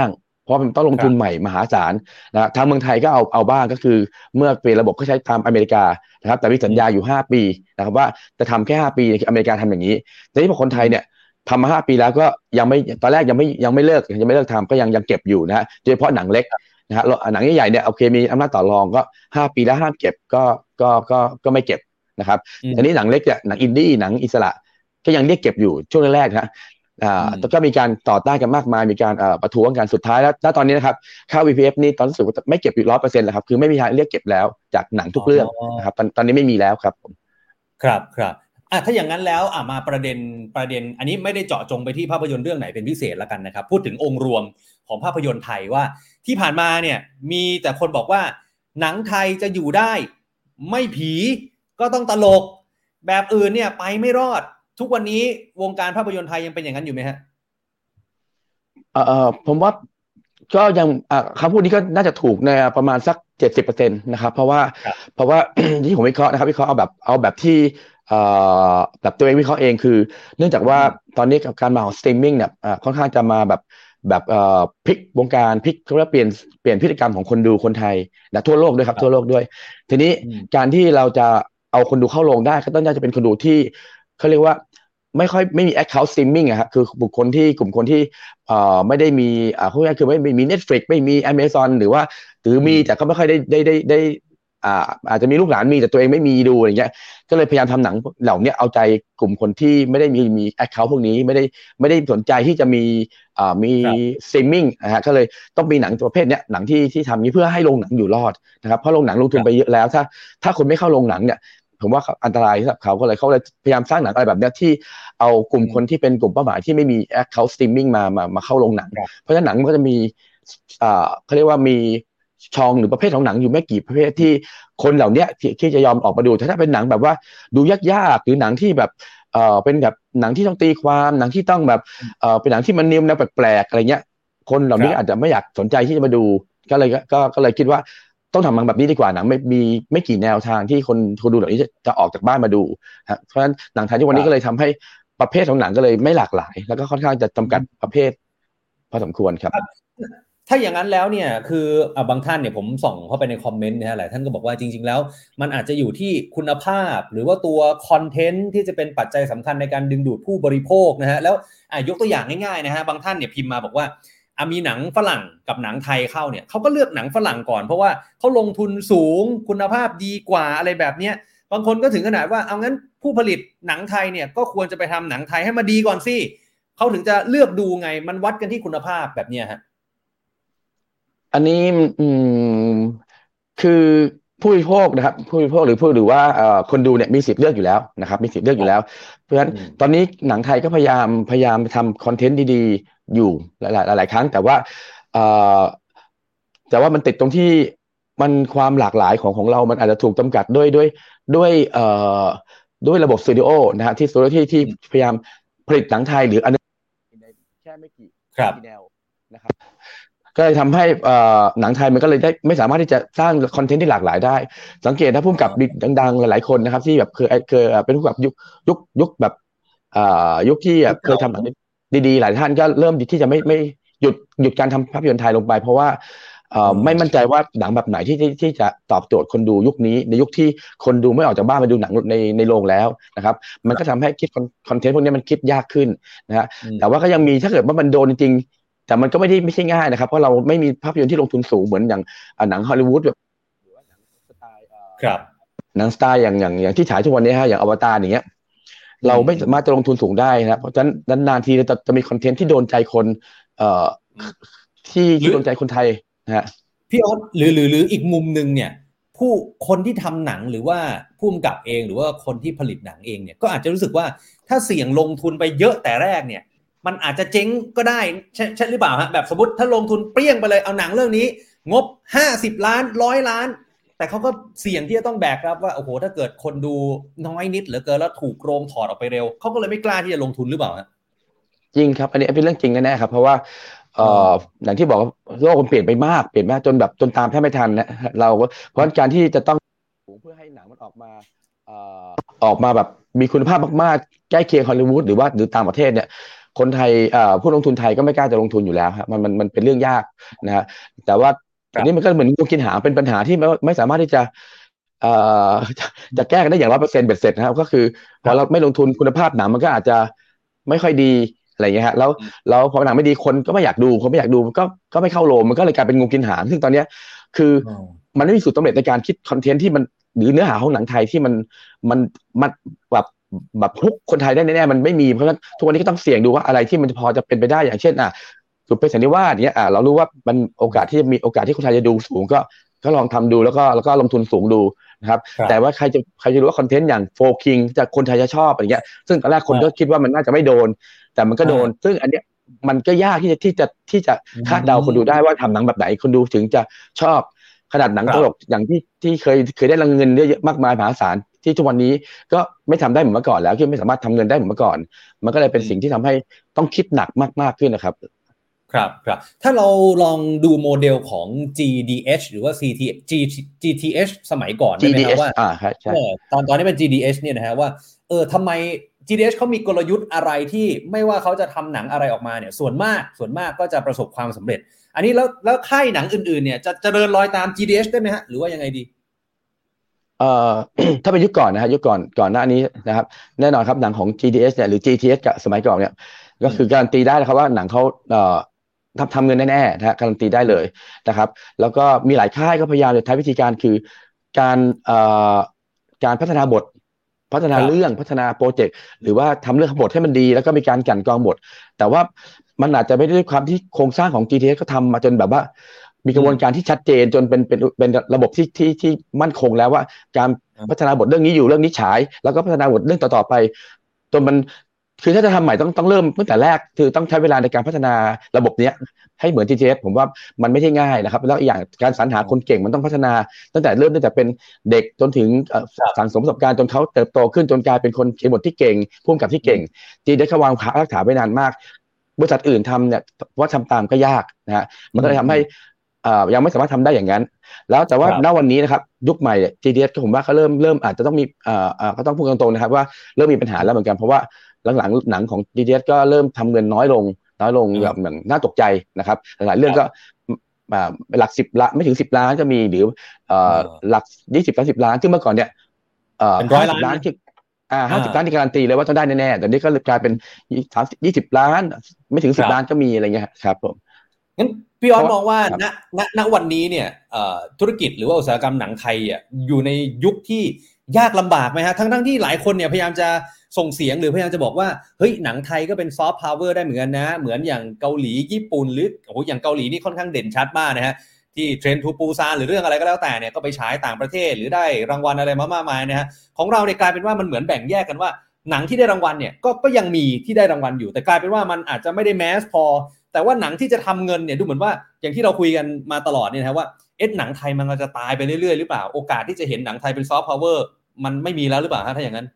เพราะมันต้องลงทุนใหม่มหาศาลนะทางเมืองไทยก็เอาบ้างก็คือเมื่อเปลี่ยนระบบก็ใช้ตามอเมริกานะครับแต่มีสัญญาอยู่5ปีนะครับว่าจะทำแค่5ปีอเมริกาทำอย่างนี้แต่ที่พอคนไทยเนี่ยทำมา5ปีแล้วก็ยังไม่ตอนแรกยังไม่เลิกทำก็ยังเก็บอยู่นะฮะโดยเฉพาะหนังเล็กนะฮะหนังใหญ่ๆเนี่ยโอเคมีอำนาจต่อรองก็5ปีแล้วห้ามเก็บก็ไม่เก็บนะครับอันนี้หนังเล็กเนี่ยหนังอินดี้หนังอิสระก็ยังเรียกเก็บอยู่ช่วงแรกๆนะก็มีการต่อต้านกันมากมายมีการประท้วงกันสุดท้ายแล้วตอนนี้นะครับค่า VPF นี่ตอนรู้สึกว่าไม่เก็บอยู่100%แล้วครับคือไม่มีทางเรียกเก็บแล้วจากหนังทุกเรื่องนะครับตอนนี้ไม่มีแล้วครับผมครับถ้าอย่างนั้นแล้วมาประเด็นอันนี้ไม่ได้เจาะจงไปที่ภาพยนตร์เรื่องไหนเป็นพิเศษแล้วกันนะครับพูดถึงองค์รวมของภาพยนตร์ไทยว่าที่ผ่านมาเนี่ยมีแต่คนบอกว่าหนังไทยจะอยู่ได้ไม่ผีก็ต้องตลกแบบอื่นเนี่ยไปไม่รอดทุกวันนี้วงการภาพยนตร์ไทยยังเป็นอย่างนั้นอยู่ไหมฮะผมว่าก็ยังคำพูดนี้ก็น่าจะถูกในประมาณสัก 70% นะครับเพราะว่า ที่ผมวิเคราะห์นะครับวิเคราะห์เอาแบบที่แบบตัวเองวิเคราะห์เองคือเนื่องจากว่าตอนนี้กับการมาของสตรีมมิ่งเนี่ยค่อนข้างจะมาแบบพลิกวงการพลิกเขาเรียกเปลี่ยนพฤติกรรมของคนดูคนไทยและทั่วโลกด้วยครับทั่วโลกด้วยทีนี้การที่เราจะเอาคนดูเข้าโรงได้ก็ต้องน่าจะเป็นคนดูที่เขาเรียกว่าไม่มี account streaming อะครับคือกลุ่มคนที่ไม่ได้มีพูดง่ายๆคือไม่มี Netflix ไม่มี Amazon หรือมีแต่ก็ไม่ค่อยได้อาจจะมีลูกหลานมีแต่ตัวเองไม่มีดูอะไรเงี้ยก็เลยพยายามทำหนังเหล่านี้เอาใจกลุ่มคนที่ไม่ได้มี account พวกนี้ไม่ได้สนใจที่จะมี streaming นะฮะก็เลยต้องมีหนังประเภทเนี้ยหนังที่ทำนี้เพื่อให้โรงหนังอยู่รอดนะครับเพราะโรงหนังลงทุนไปเยอะแล้วถ้าคนไม่เข้าโรงหนังเนี่ยผมว่าอันตรายสำหรับเขาเลยพยายามสร้างหนังอะไรแบบนี้ที่เอากลุ่มคนที่เป็นกลุ่มเป้าหมายที่ไม่มี account streaming มาเข้าโรงหนังเพราะฉะนั้นหนังมันก็จะมีเขาเรียกว่ามีช่องหรือประเภทของหนังอยู่ไม่กี่ประเภทที่คนเหล่านี้ที่จะยอมออกมาดูถ้าเป็นหนังแบบว่าดูยากๆหรือหนังที่แบบเป็นแบบหนังที่ต้องตีความหนังที่ต้องแบบเป็นหนังที่มันแนวแปลกๆอะไรเงี้ยคนเหล่านี้อาจจะไม่อยากสนใจที่จะมาดูก็เลยคิดว่าต้องทำหนังแบบนี้ดีกว่าหนังไม่กี่แนวทางที่คนดูเหล่านี้จะออกจากบ้านมาดูเพราะฉะนั้นหนังไทยที่วันนี้ก็เลยทำให้ประเภทของหนังก็เลยไม่หลากหลายแล้วก็ค่อนข้างจะจำกัดประเภทพอสมควรครับถ้าอย่างนั้นแล้วเนี่ยคือบางท่านเนี่ยผมส่องเข้าไปในคอมเมนต์นะฮะหลายท่านก็บอกว่าจริงๆแล้วมันอาจจะอยู่ที่คุณภาพหรือว่าตัวคอนเทนต์ที่จะเป็นปัจจัยสำคัญในการดึงดูดผู้บริโภคนะฮะแล้วยกตัวอย่างง่ายๆนะฮะบางท่านเนี่ยพิมพ์มาบอกว่ามีหนังฝรั่งกับหนังไทยเข้าเนี่ยเขาก็เลือกหนังฝรั่งก่อนเพราะว่าเขาลงทุนสูงคุณภาพดีกว่าอะไรแบบเนี้ยบางคนก็ถึงขนาดว่าเอางั้นผู้ผลิตหนังไทยเนี่ยก็ควรจะไปทำหนังไทยให้มาดีก่อนสิเขาถึงจะเลือกดูไงมันวัดกันที่คุณภาพแบบเนี้ยฮะอันนี้คือผู้บริโภคนะครับผู้บริโภคหรือว่าคนดูเนี่ยมีสิทธิ์เลือกอยู่แล้วนะครับมีสิทธิ์เลือกอยู่แล้วเพราะฉะนั้นตอนนี้หนังไทยก็พยายามทำคอนเทนต์ดีๆอยู่หลายครั้งแต่ว่ามันติดตรงที่มันความหลากหลายของเรามันอาจจะถูกจำกัดด้วยระบบสตูดิโอนะฮะที่สตูดิโอที่พยายามผลิตหนังไทยหรืออันนี้แค่ไม่กี่แนวนะครับก็เลยทำให้หนังไทยมันก็เลยได้ไม่สามารถที่จะสร้างคอนเทนต์ที่หลากหลายได้สังเกตถ้าผู้กำกับดังๆหลายๆคนนะครับที่แบบเคยเป็นผู้กำกับยุคแบบยุคที่เคยทำหนังดีๆหลายท่านก็เริ่มที่จะไม่หยุดการทำภาพยนตร์ไทยลงไปเพราะว่าไม่มั่นใจว่าหนังแบบไหนที่จะตอบโจทย์คนดูยุคนี้ในยุคที่คนดูไม่ออกจากบ้านมาดูหนังในโรงแล้วนะครับมันก็ทำให้คิดคอนเทนต์พวกนี้มันคิดยากขึ้นนะฮะแต่ว่าก็ยังมีถ้าเกิดว่ามันโดนจริงแต่มันก็ไม่ใช่ง่ายนะครับเพราะเราไม่มีภาพยนตร์ที่ลงทุนสูงเหมือนอย่างหนังฮอลลีวูดแบบหรือว่าหนังสไตล์หนังสไตล์อย่างที่ฉายทุกวันนี้ฮะอย่างอวตารอย่างเงี้ยเราไม่สามารถจะลงทุนสูงได้นะเพราะฉะนั้นนานๆทีจะมีคอนเทนต์ที่โดนใจคนที่โดนใจคนไทยนะฮะพี่ออสหรืออีกมุมนึงเนี่ยคนที่ทำหนังหรือว่าผู้กำกับเองหรือว่าคนที่ผลิตหนังเองเนี่ยก็อาจจะรู้สึกว่าถ้าเสี่ยงลงทุนไปเยอะแต่แรกเนี่ยมันอาจจะเจ๊งก็ได้ใช่หรือเปล่าฮะแบบสมมติถ้าลงทุนเปรี้ยงไปเลยเอาหนังเรื่องนี้งบ50 ล้าน100 ล้านแต่เขาก็เสี่ยงที่จะต้องแบกรับว่าโอ้โหถ้าเกิดคนดูน้อยนิดเหลือเกินแล้วถูกโรงถอดออกไปเร็วเขาก็เลยไม่กล้าที่จะลงทุนหรือเปล่าฮะจริงครับอันนี้เป็นเรื่องจริงแน่ๆครับเพราะว่าอย่างที่บอกโลกมันเปลี่ยนมากจนตามแทบไม่ทันนะเราเพราะการที่จะต้องเพื่อให้หนังมันออกมาแบบมีคุณภาพมากๆใกล้เคียงฮอลลีวูดหรือต่างประเทศเนี่ยคนไทยผู้ลงทุนไทยก็ไม่กล้าจะลงทุนอยู่แล้วครับมันเป็นเรื่องยากนะฮะแต่ว่าอันนี้มันก็เหมือนงูกินหางเป็นปัญหาที่ไม่สามารถที่จะเอ่อจะแก้กันได้อย่าง100%เบ็ดเสร็จนะครับก็คือพอเราไม่ลงทุนคุณภาพหนังมันก็อาจจะไม่ค่อยดีอะไรอย่างเงี้ยฮะแล้วพอหนังไม่ดีคนก็ไม่อยากดูคนไม่อยากดูก็ไม่เข้าโรงมันก็เลยกลายเป็นงูกินหางซึ่งตอนเนี้ยคือมันไม่มีสูตรสำเร็จในการคิดคอนเทนต์ที่มันหรือเนื้อหาของหนังไทยที่มันแบบฮุกคนไทยได้แน่ๆมันไม่มีเพราะฉะนั้นทุกวันนี้ก็ต้องเสี่ยงดูว่าอะไรที่มันพอจะเป็นไปได้อย่างเช่นสุดเป็นสันนิวาสเนี้ยเรารู้ว่ามันโอกาสที่จะมีโอกาสที่คนไทยจะดูสูงก็ลองทำดูแล้วก็ลงทุนสูงดูนะครับแต่ว่าใครจะรู้ว่าคอนเทนต์อย่างโฟคิงจะคนไทยจะชอบอะไรเงี้ยซึ่งตอนแรกคนก็คิดว่ามันน่าจะไม่โดนแต่มันก็โดนซึ่งอันเนี้ยมันก็ยากที่จะคาดเดาคนดูได้ว่าทำหนังแบบไหนคนดูถึงจะชอบขนาดหนังตลกอย่างที่เคยได้รางวัลเงินเยอะมากมายมหาศาลที่ทุกวันนี้ก็ไม่ทำได้เหมือนเมื่อก่อนแล้วที่ไม่สามารถทำเงินได้เหมือนเมื่อก่อนมันก็เลยเป็นสิ่งที่ทำให้ต้องคิดหนักมากขึ้นนะครับครับถ้าเราลองดูโมเดลของ GDH หรือว่า GTH สมัยก่อนได้ไหมครับว่าใช่ตอนนี้เป็น GDH เนี่ยนะฮะว่าทำไม GDH เขามีกลยุทธ์อะไรที่ไม่ว่าเขาจะทำหนังอะไรออกมาเนี่ยส่วนมากก็จะประสบความสำเร็จอันนี้แล้วค่ายหนังอื่นๆเนี่ยจะเดินรอยตาม GDH ได้ไหมฮะหรือว่ายังไงดีถ้าเป็นยุคก่อนนะฮะยุคก่อนหน้านี้นะครับแน่นอนครับหนังของ GDH เนี่ยหรือ GTH กับสมัยก่อนเนี่ยก็คือการันตีได้นะครับว่าหนังเขาทำเงินแน่ๆนะฮะการันตีได้เลยนะครับแล้วก็มีหลายค่ายก็พยายามจะใช้วิธีการคือการพัฒนาบทพัฒนาเรื่องพัฒนาโปรเจกต์หรือว่าทำเรื่องบทให้มันดีแล้วก็มีการกลั่นกรองบทแต่ว่ามันอาจจะไม่ได้ความที่โครงสร้างของ GTH ก็ทำมาจนแบบว่ามีกระบวนการที่ชัดเจนจนเป็นระบบที่มั่นคงแล้วว่าการพัฒนาบทเรื่องนี้อยู่เรื่องนี้ฉายแล้วก็พัฒนาบทเรื่องต่อๆไปจนมันคือถ้าจะทำใหม่ต้องเริ่มตั้งแต่แรกคือต้องใช้เวลาในการพัฒนาระบบนี้ให้เหมือน GTH ผมว่ามันไม่ใช่ง่ายนะครับแล้วอย่างการสรรหาคนเก่งมันต้องพัฒนาตั้งแต่เป็นเด็กจนถึงสั่งสมประสบการณ์จนเขาเติบโตขึ้นจนกลายเป็นคนเขียนบทที่เก่งผู้กำกับที่เก่ง GTH เขาวางรากฐานไว้นานมากบริษัทอื่นทำเนี่ยว่าทำตามก็ยากนะฮะมันก็เลยทำให้ยังไม่สามารถทำได้อย่างนั้นแล้วแต่ว่าณวันนี้นะครับยุคใหม่ GDS ผมว่าเขาเริ่มอาจจะต้องมีก็ต้องพูดตรงๆนะครับว่าเริ่มมีปัญหาแล้วเหมือนกันเพราะว่าหลังๆหนังของ GDS ก็เริ่มทำเงินน้อยลงแบบเหมือนน่าตกใจนะครับหลายเรื่องก็หลัก10 ล้านไม่ถึง10 ล้านก็มีหรือหลัก20-30 ล้านซึ่งเมื่อก่อนเนี่ย50 ล้านที่50 ล้านที่การันตีเลยว่าต้องได้แน่ๆแต่นี้ก็กลายเป็น20 ล้านไม่ถึง10 ล้านก็มีอะไรเงี้ยครับผมงั้นพี่ออสมองว่าณวันนี้เนี่ยธุรกิจหรือว่าอุตสาหกรรมหนังไทยอยู่ในยุคที่ยากลำบากไหมฮะทั้งที่หลายคนเนี่ยพยายามจะส่งเสียงหรือพยายามจะบอกว่าเฮ้ยหนังไทยก็เป็นซอฟต์พาวเวอร์ได้เหมือนกันนะเหมือนอย่างเกาหลีญี่ปุ่นหรือโอ้โหอย่างเกาหลีนี่ค่อนข้างเด่นชัดมากนะฮะที่เทรนทูปูซานหรือเรื่องอะไรก็แล้วแต่เนี่ยก็ไปฉายต่างประเทศหรือได้รางวัลอะไรมามากมายนะฮะของเราเนี่ยกลายเป็นว่ามันเหมือนแบ่งแยกกันว่าหนังที่ได้รางวัลเนี่ยก็ยังมีที่ได้รางวัลอยู่แต่กลายเป็นว่ามันอาจจะไม่ได้แมสพอแต่ว่าหนังที่จะทำเงินเนี่ยดูเหมือนว่าอย่างที่เราคุยกันมาตลอดเนี่ยนะว่าหนังไทยมันจะตายไปเรื่อยๆหรือเปล่าโอกาสที่จะเห็นหนังไทยเป็นซอฟต์พาวเวอร์มันไม่มีแล้วหรือเปล่าถ้าอย่างนั้น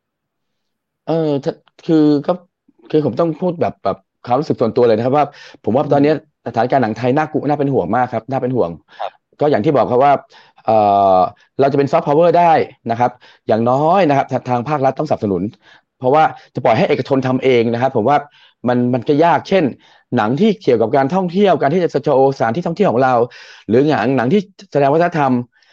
คือผมต้องพูดแบบความรู้สึกส่วนตัวเลยนะครับว่าผมว่าตอนนี้สถานการณ์หนังไทยน่าเป็นห่วงมากครับน่าเป็นห่วงก็อย่างที่บอกครับว่าเราจะเป็นซอฟต์พาวเวอร์ได้นะครับอย่างน้อยนะครับทางภาครัฐต้องสนับสนุนเพราะว่าจะปล่อยให้เอกชนทำเองนะครับผมว่ามันก็ยากเช่นหนังที่เกี่ยวกับการท่องเที่ยวการที่จะโชว์สถานที่ท่องเที่ยวของเราหรือหนังที่แสดงวัฒนธรรม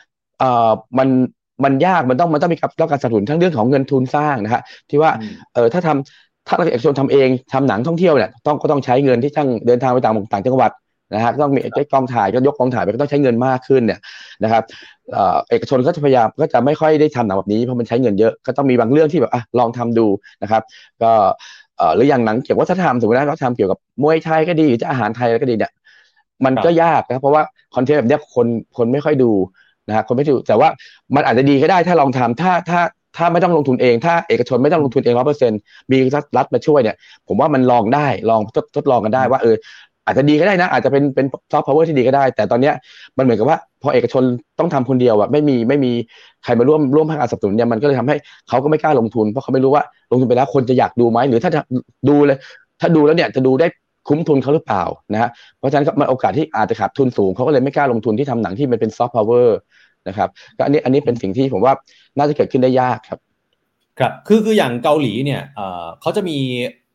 มันยากมันต้องมีการสนับสนุนทั้งเรื่องของเงินทุนสร้างนะฮะที่ว่าถ้าเอกชนทำเองทำหนังท่องเที่ยวเนี่ยก็ต้องใช้เงินที่เดินทางไปต่างจังหวัดนะฮะต้องมีกองถ่ายก็ยกกองถ่ายไปก็ต้องใช้เงินมากขึ้นเนี่ยนะครับเอกชนก็จะพยายามก็จะไม่ค่อยได้ทำหนังแบบนี้เพราะมันใช้เงินเยอะก็ต้องมีบางเรื่องที่แบบลองทำดูนะครับก็หรืออย่างหนังเกี่ยวกับวัฒนธรรมสมมติว่าเขาทำเกี่ยวกับมวยไทยก็ดีหรือจะอาหารไทยก็ดีเนี่ยมันก็ยากนะเพราะว่าคอนเทนต์แบบนี้คนไม่ค่อยดูนะฮะคนไม่ดูแต่ว่ามันอาจจะดีก็ได้ถ้าลองทำถ้าไม่ต้องลงทุนเองถ้าเอกชนไม่ต้องลงทุนเอง 100% มีรัฐมาช่วยเนี่ยผมว่ามันลองได้ลองทดลองกันได้ว่าอาจจะดีก็ได้นะอาจจะเป็นซอฟต์พาวเวอร์ที่ดีก็ได้แต่ตอนนี้มันเหมือนกับว่าพอเอกชนต้องทำคนเดียวไม่มีใครมาร่วมภาคการสนับสนุนเนี่ยมันก็เลยทำให้เขาก็ไม่กล้าลงทุนเพราะเขาไม่รู้ว่าลงทุนไปแล้วคนจะอยากดูไหมหรือถ้าดูเลยถ้าดูแล้วเนี่ยจะดูได้คุ้มทุนเขาหรือเปล่านะฮะเพราะฉะนั้นมันโอกาสที่อาจจะขาดทุนสูงเขาก็เลยไม่กล้าลงทุนที่ทำหนังที่มันเป็นซอฟต์พาวเวอร์นะครับก็อันนี้เป็นสิ่งที่ผมว่าน่าจะเกิดขึ้นได้ยากครับครับคืออย่างเกาหลีเนี่ยเขาจะมี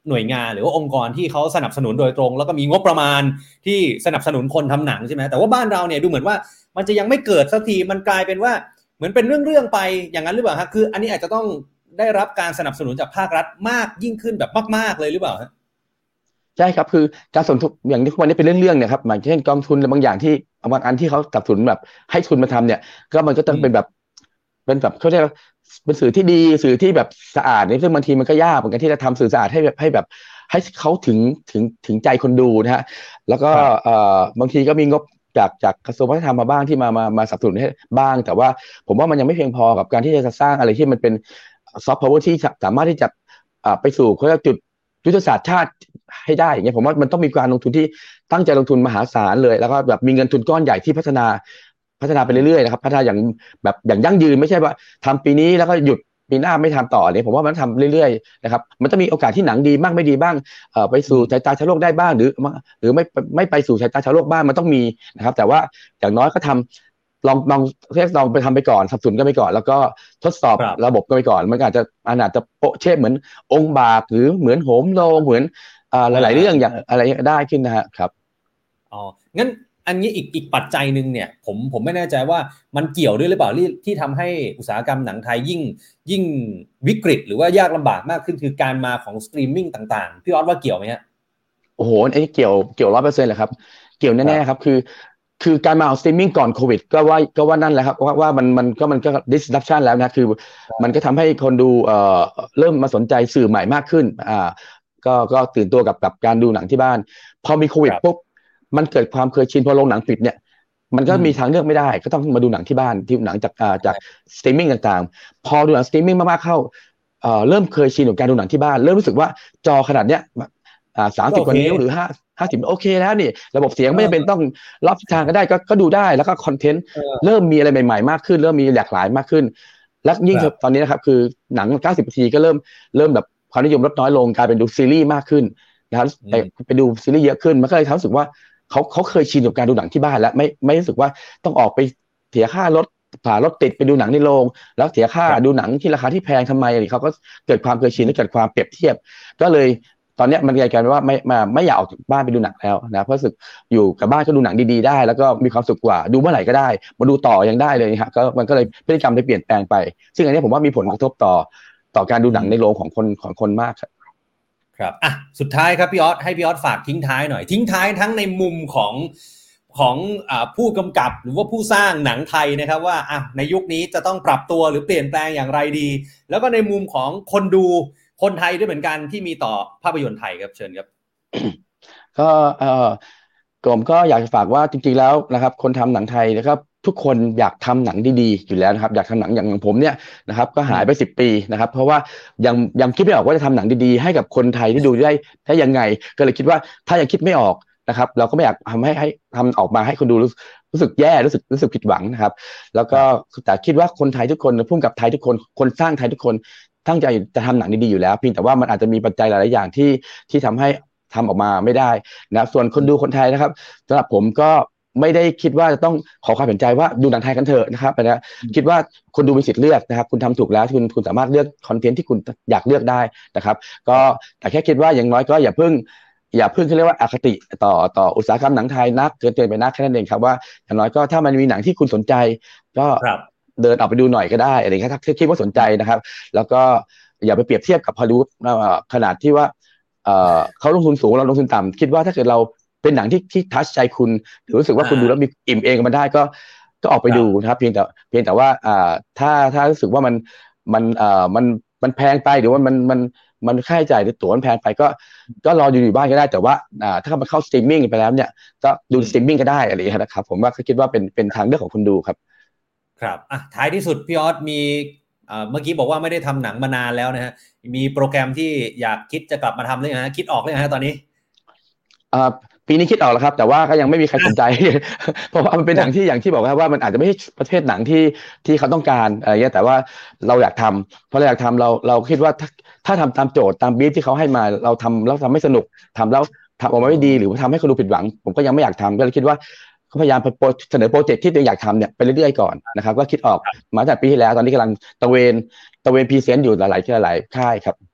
หน่วยงานหรือว่าองค์กรที่เขาสนับสนุนโดยตรงแล้วก็มีงบประมาณที่สนับสนุนคนทำหนังใช่ไหมแต่ว่าบ้านเราเนี่ยดูเหมือนว่ามันจะยังไม่เกิดสักทีมันกลายเป็นว่าเหมือนเป็นเรื่องไปอย่างนั้นหรือเปล่าฮะคืออันนี้อาจจะต้องได้รับการสนับสนุนจากภาครัฐมากยิ่งขึ้นแบบมากๆเลยหรือเปล่าฮะใช่ครับคือการสมทบอย่างที่วันนี้เป็นเรื่องๆเนี่ยครับอย่างเช่นกองทุนบางอย่างที่บางอันที่เขาสนับสนุนแบบให้ทุนมาทำเนี่ยก็มันก็ต้องเป็นแบบเขาเรียกเป็นสื่อที่ดีสื่อที่แบบสะอาดนี่ซึ่งบางทีมันก็ยากเหมือนกันที่จะทำสื่อสะอาดให้แบบให้เขาถึงใจคนดูนะฮะแล้วก็บางทีก็มีงบจากกระทรวงวัฒนธรรมมาบ้างที่มาสนับสนุนให้บ้างแต่ว่าผมว่ามันยังไม่เพียงพอกับการที่จะสร้างอะไรที่มันเป็นซอฟต์พาวเวอร์ที่สามารถที่จะไปสู่เขาเรียกจุดยุทธศาสตร์ชาติให้ได้อย่างเงี้ยผมว่ามันต้องมีการลงทุนที่ตั้งใจลงทุนมหาศาลเลยแล้วก็แบบมีเงินทุนก้อนใหญ่ที่พัฒนาไปเรื่อยๆนะครับพัฒนาอย่างยั่งยืนไม่ใช่ว่าทำปีนี้แล้วก็หยุดปีหน้าไม่ทำต่อเนี่ยผมว่ามันทำเรื่อยๆนะครับมันจะมีโอกาสที่หนังดีบ้างไม่ดีบ้างไปสู่สายตาชาวโลกได้บ้างหรือไม่ไปสู่สายตาชาวโลกบ้างมันต้องมีนะครับแต่ว่าอย่างน้อยก็ทำลองไปทำไปก่อนสนับสนุนกันไปก่อนแล้วก็ทดสอบระบบกันไปก่อนมันอาจจะโปะเช่เหมือนองค์บากหรือเหมือนโหมโรงเหมือนหลายๆเรื่องอย่างอะไรได้ขึ้นนะฮะครับอ๋องั้นอันนี้อีกปัจจัยนึงเนี่ยผมไม่แน่ใจว่ามันเกี่ยวด้วยหรือเปล่าที่ทำให้อุตสาหกรรมหนังไทยยิ่งวิกฤตหรือว่ายากลำบากมากขึ้นคือการมาของสตรีมมิ่งต่างๆพี่ออสว่าเกี่ยวไหมฮะโอ้โหอันนี้เกี่ยว100%เลยครับเกี่ยวแน่ๆครับคือการมาของสตรีมมิ่งก่อนโควิดก็ว่านั่นแหละครับว่ามันก็ disruption แล้วนะคือมันก็ทำให้คนดูเริ่มมาสนใจสื่อใหม่มากขึ้นก็ตื่นตัวกับการดูหนังที่บ้านพอมีโควิดปุ๊บมันเกิดความเคยชินพอโรงหนังปิดเนี่ยมันก็มีทางเลือกไม่ได้ก็ต้องมาดูหนังที่บ้านที่หนังจากสตรีมมิ่งต่างๆพอดูหนังสตรีมมิ่งมากๆเข้าเริ่มเคยชินกับการดูหนังที่บ้านเริ่มรู้สึกว่าจอขนาดเนี้ย30 กว่านิ้วหรือ50โอเคแล้วนี่ระบบเสียงไม่จำเป็นต้องรับทิศทางก็ได้ก็ดูได้แล้วก็คอนเทนต์เริ่มมีอะไรใหม่ๆมากขึ้นเริ่มมีหลากหลายมากขึ้นและยิ่งตอนนี้นะครับคือหนัง90 นาทีก็เริ่มแบบความนิยมลดน้อยลงกลายเป็นดูซีรีส์มากขึ้นนะครับไปดูซีรีส์เยอะขึ้นมันก็เลยทำให้รู้สึกว่าเขาเคยชินกับการดูหนังที่บ้านแล้วไม่รู้สึกว่าต้องออกไปเสียค่ารถติดไปดูหนังในโรงแล้วเสียค่าดูหนังที่ราคาที่แพงทำไมอะไรเขาก็เกิดความเคยชินและเกิดความเปรียบเทียบก็เลยตอนนี้มันกลายเป็นว่าไม่อยากออกจากบ้านไปดูหนังแล้วนะเพราะรู้สึกอยู่กับบ้านก็ดูหนังดีๆได้แล้วก็มีความสุขกว่าดูเมื่อไหร่ก็ได้มาดูต่อยังได้เลยฮะก็มันก็เลยพฤติกรรมได้เปลี่ยนแปลงไปซึ่งอันนี้ผมว่ามีผลกระทบต่อการดูหนังในโรงของคนมากครับอ่ะสุดท้ายครับพี่ออสให้พี่ออสฝากทิ้งท้ายหน่อยทิ้งท้ายทั้งในมุมของผู้กำกับหรือว่าผู้สร้างหนังไทยนะครับว่าในยุคนี้จะต้องปรับตัวหรือเปลี่ยนแปลงอย่างไรดีแล้วก็ในมุมของคนดูคนไทยด้วยเหมือนกันที่มีต่อภาพยนตร์ไทยครับเชิญครับก็ผมก็อยากจะฝากว่าจริงๆแล้วนะครับคนทำหนังไทยนะครับทุกคนอยากทำหนังดีๆอยู่แล้วนะครับอยากทำหนังอย่างผมเนี่ยนะครับก็หายไป10 ปีนะครับเพราะว่ายังคิดไม่ออกว่าจะทำหนังดีๆให้กับคนไทยที่ดูได้ยังไงก็เลยคิดว่าถ้ายังคิดไม่ออกนะครับเราก็ไม่อยากทำให้ทำออกมาให้คนดูรู้สึกแย่รู้สึกผิดหวังนะครับแล้วก็แต่คิดว่าคนไทยทุกคนผู้กำกับไทยทุกคนคนสร้างไทยทุกคนตั้งใจจะทำหนังดีๆอยู่แล้วเพียงแต่ว่ามันอาจจะมีปัจจัยหลายๆอย่างที่ทำให้ทำออกมาไม่ได้นะส่วนคนดูคนไทยนะครับสำหรับผมก็ไม่ได้คิดว่าจะต้องขอความเห็นใจว่าดูหนังไทยกันเถอะนะครับนะคิดว่าคนดูมีสิทธิ์เลือกนะครับคุณทำถูกแล้วคุณสามารถเลือกคอนเทนต์ที่คุณอยากเลือกได้นะครับก็แต่แค่คิดว่าอย่างน้อยก็อย่าเพิ่งเขาเรียกว่าอคติต่ออุตสาหกรรมหนังไทยนักเกินไปนักแค่นั้นเองครับว่าอย่างน้อยก็ถ้ามันมีหนังที่คุณสนใจก็เดินออกไปดูหน่อยก็ได้อะไรถ้าคิดว่าสนใจนะครับแล้วก็อย่าไปเปรียบเทียบกับฮอลลีวูดขนาดที่ว่าเขาลงทุนสูงเราลงทุนต่ำคิดว่าถ้าเกิดเราเป็นหนังที่ทัชใจคุณหรือรู้สึกว่าคุณดูแล้วมีอิ่มเองมาได้ก็ออกไปดูนะครับเพียงแต่ว่าถ้ารู้สึกว่ามันแพงไปหรือว่ามันค่าใช้จ่ายหรือตั๋วมันแพงไปก็รออยู่บ้านก็ได้แต่ว่าถ้ามันเข้าสตรีมมิ่งไปแล้วเนี่ยก็ดูสตรีมมิ่งก็ได้อะไรอย่างนี้นะครับผมว่าคิดว่าเป็นทางเลือกของคนดูครับครับท้ายที่สุดพี่ออสมีเมื่อกี้บอกว่าไม่ได้ทำหนังมานานแล้วนะฮะมีโปรแกรมที่อยากคิดจะกลับมาทำหรือยังฮะคิดออกหรือยังฮะตอนนี้ปีนี้คิดออกแล้วครับแต่ว่าก็ยังไม่มีใครสนใจเพราะว่ามันเป็นหนังที่อย่างที่บอกว่ามันอาจจะไม่ใช่ประเภทหนังที่เขาต้องการอะไรเงี้ยแต่ว่าเราอยากทำเพราะเราอยากทำเราคิดว่าถ้าทำตามโจทย์ตามบีฟที่เขาให้มาเราทำแล้วทำไม่สนุกทำแล้วทำออกมาไม่ดีหรือทำให้คนดูผิดหวังผมก็ยังไม่อยากทำก็เลยคิดว่าพยายามเสนอโปรเจกต์ที่ตัวเองอยากทำเนี่ยไปเรื่อยๆก่อนนะครับก็คิดออกมาตั้งแต่ปีที่แล้วตอนนี้กำลังตะเวนพรีเซนต์อยู่หลายค่ายครับ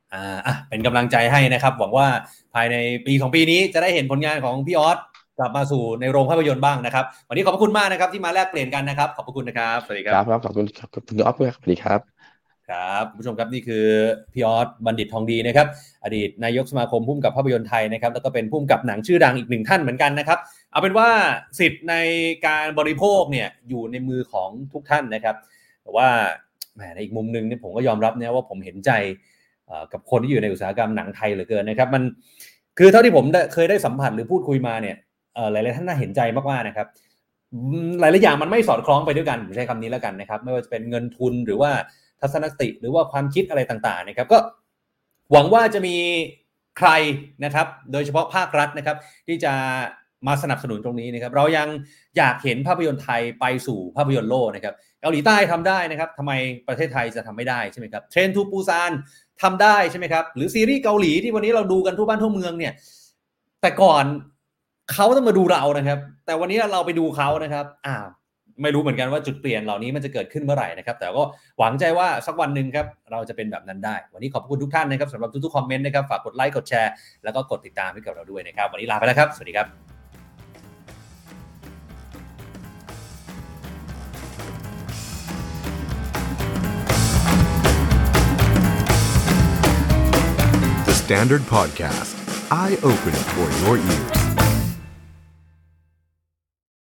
เป็นกำลังใจให้นะครับหวังว่าภายในปี2ปีนี้จะได้เห็นผลงานของพี่ออสกลับมาสู่ในโรงภาพยนตร์บ้างนะครับวันนี้ขอบคุณมากนะครับที่มาแลกเปลี่ยนกันนะครับขอบคุณนะครับสวัสดีครับครับขอบคุณคุณอ๊อฟด้วยสวัสดีครับครับคุณผู้ชมครับนี่คือพี่ออสบัณฑิตทองดีนะครับอดีตนายกสมาคมผู้กำกับภาพยนตร์ไทยนะครับแล้วก็เป็นผู้กำกับหนังชื่อดังอีกหนึ่งท่านเหมือนกันนะครับเอาเป็นว่าสิทธิ์ในการบริโภคเนี่ยอยู่ในมือของทุกท่านนะครับแต่ว่าในอีกมุมนึงเนี่ยผมก็ยอมรับนะว่าผมเห็นใจกับคนที่อยู่ในอุตสาหกรรมหนังไทยเหลือเกินนะครับมันคือเท่าที่ผมเคยได้สัมผัสหรือพูดคุยมาเนี่ยหลายๆท่านน่าเห็นใจมากๆนะครับหลายๆอย่างมันไม่สอดคล้องไปด้วยกันผมใช้คำนี้แล้วกันนะครับไม่ว่าจะเป็นเงินทุนหรือว่าทัศนคติหรือว่าความคิดอะไรต่างๆนะครับก็หวังว่าจะมีใครนะครับโดยเฉพาะภาครัฐนะครับที่จะมาสนับสนุนตรงนี้นะครับเรายังอยากเห็นภาพยนตร์ไทยไปสู่ภาพยนตร์โลกนะครับเกาหลีใต้ทำได้นะครับทำไมประเทศไทยจะทำไม่ได้ใช่ไหมครับเทรนทูปูซานทำได้ใช่ไหมครับหรือซีรีส์เกาหลีที่วันนี้เราดูกันทั่วบ้านทั่วเมืองเนี่ยแต่ก่อนเขาต้องมาดูเรานะครับแต่วันนี้เราไปดูเขานะครับไม่รู้เหมือนกันว่าจุดเปลี่ยนเหล่านี้มันจะเกิดขึ้นเมื่อไหร่นะครับแต่ก็หวังใจว่าสักวันหนึ่งครับเราจะเป็นแบบนั้นได้วันนี้ขอบคุณทุกท่านนะครับสำหรับทุกๆคอมเมนต์นะครับฝากกดไลค์กดแชร์แล้วก็กดติดตามให้กับเราด้วยนะครับวันนี้ลาไปแล้วครับสวัสดีครับ The Standard Podcast Eye Opening for Your Ears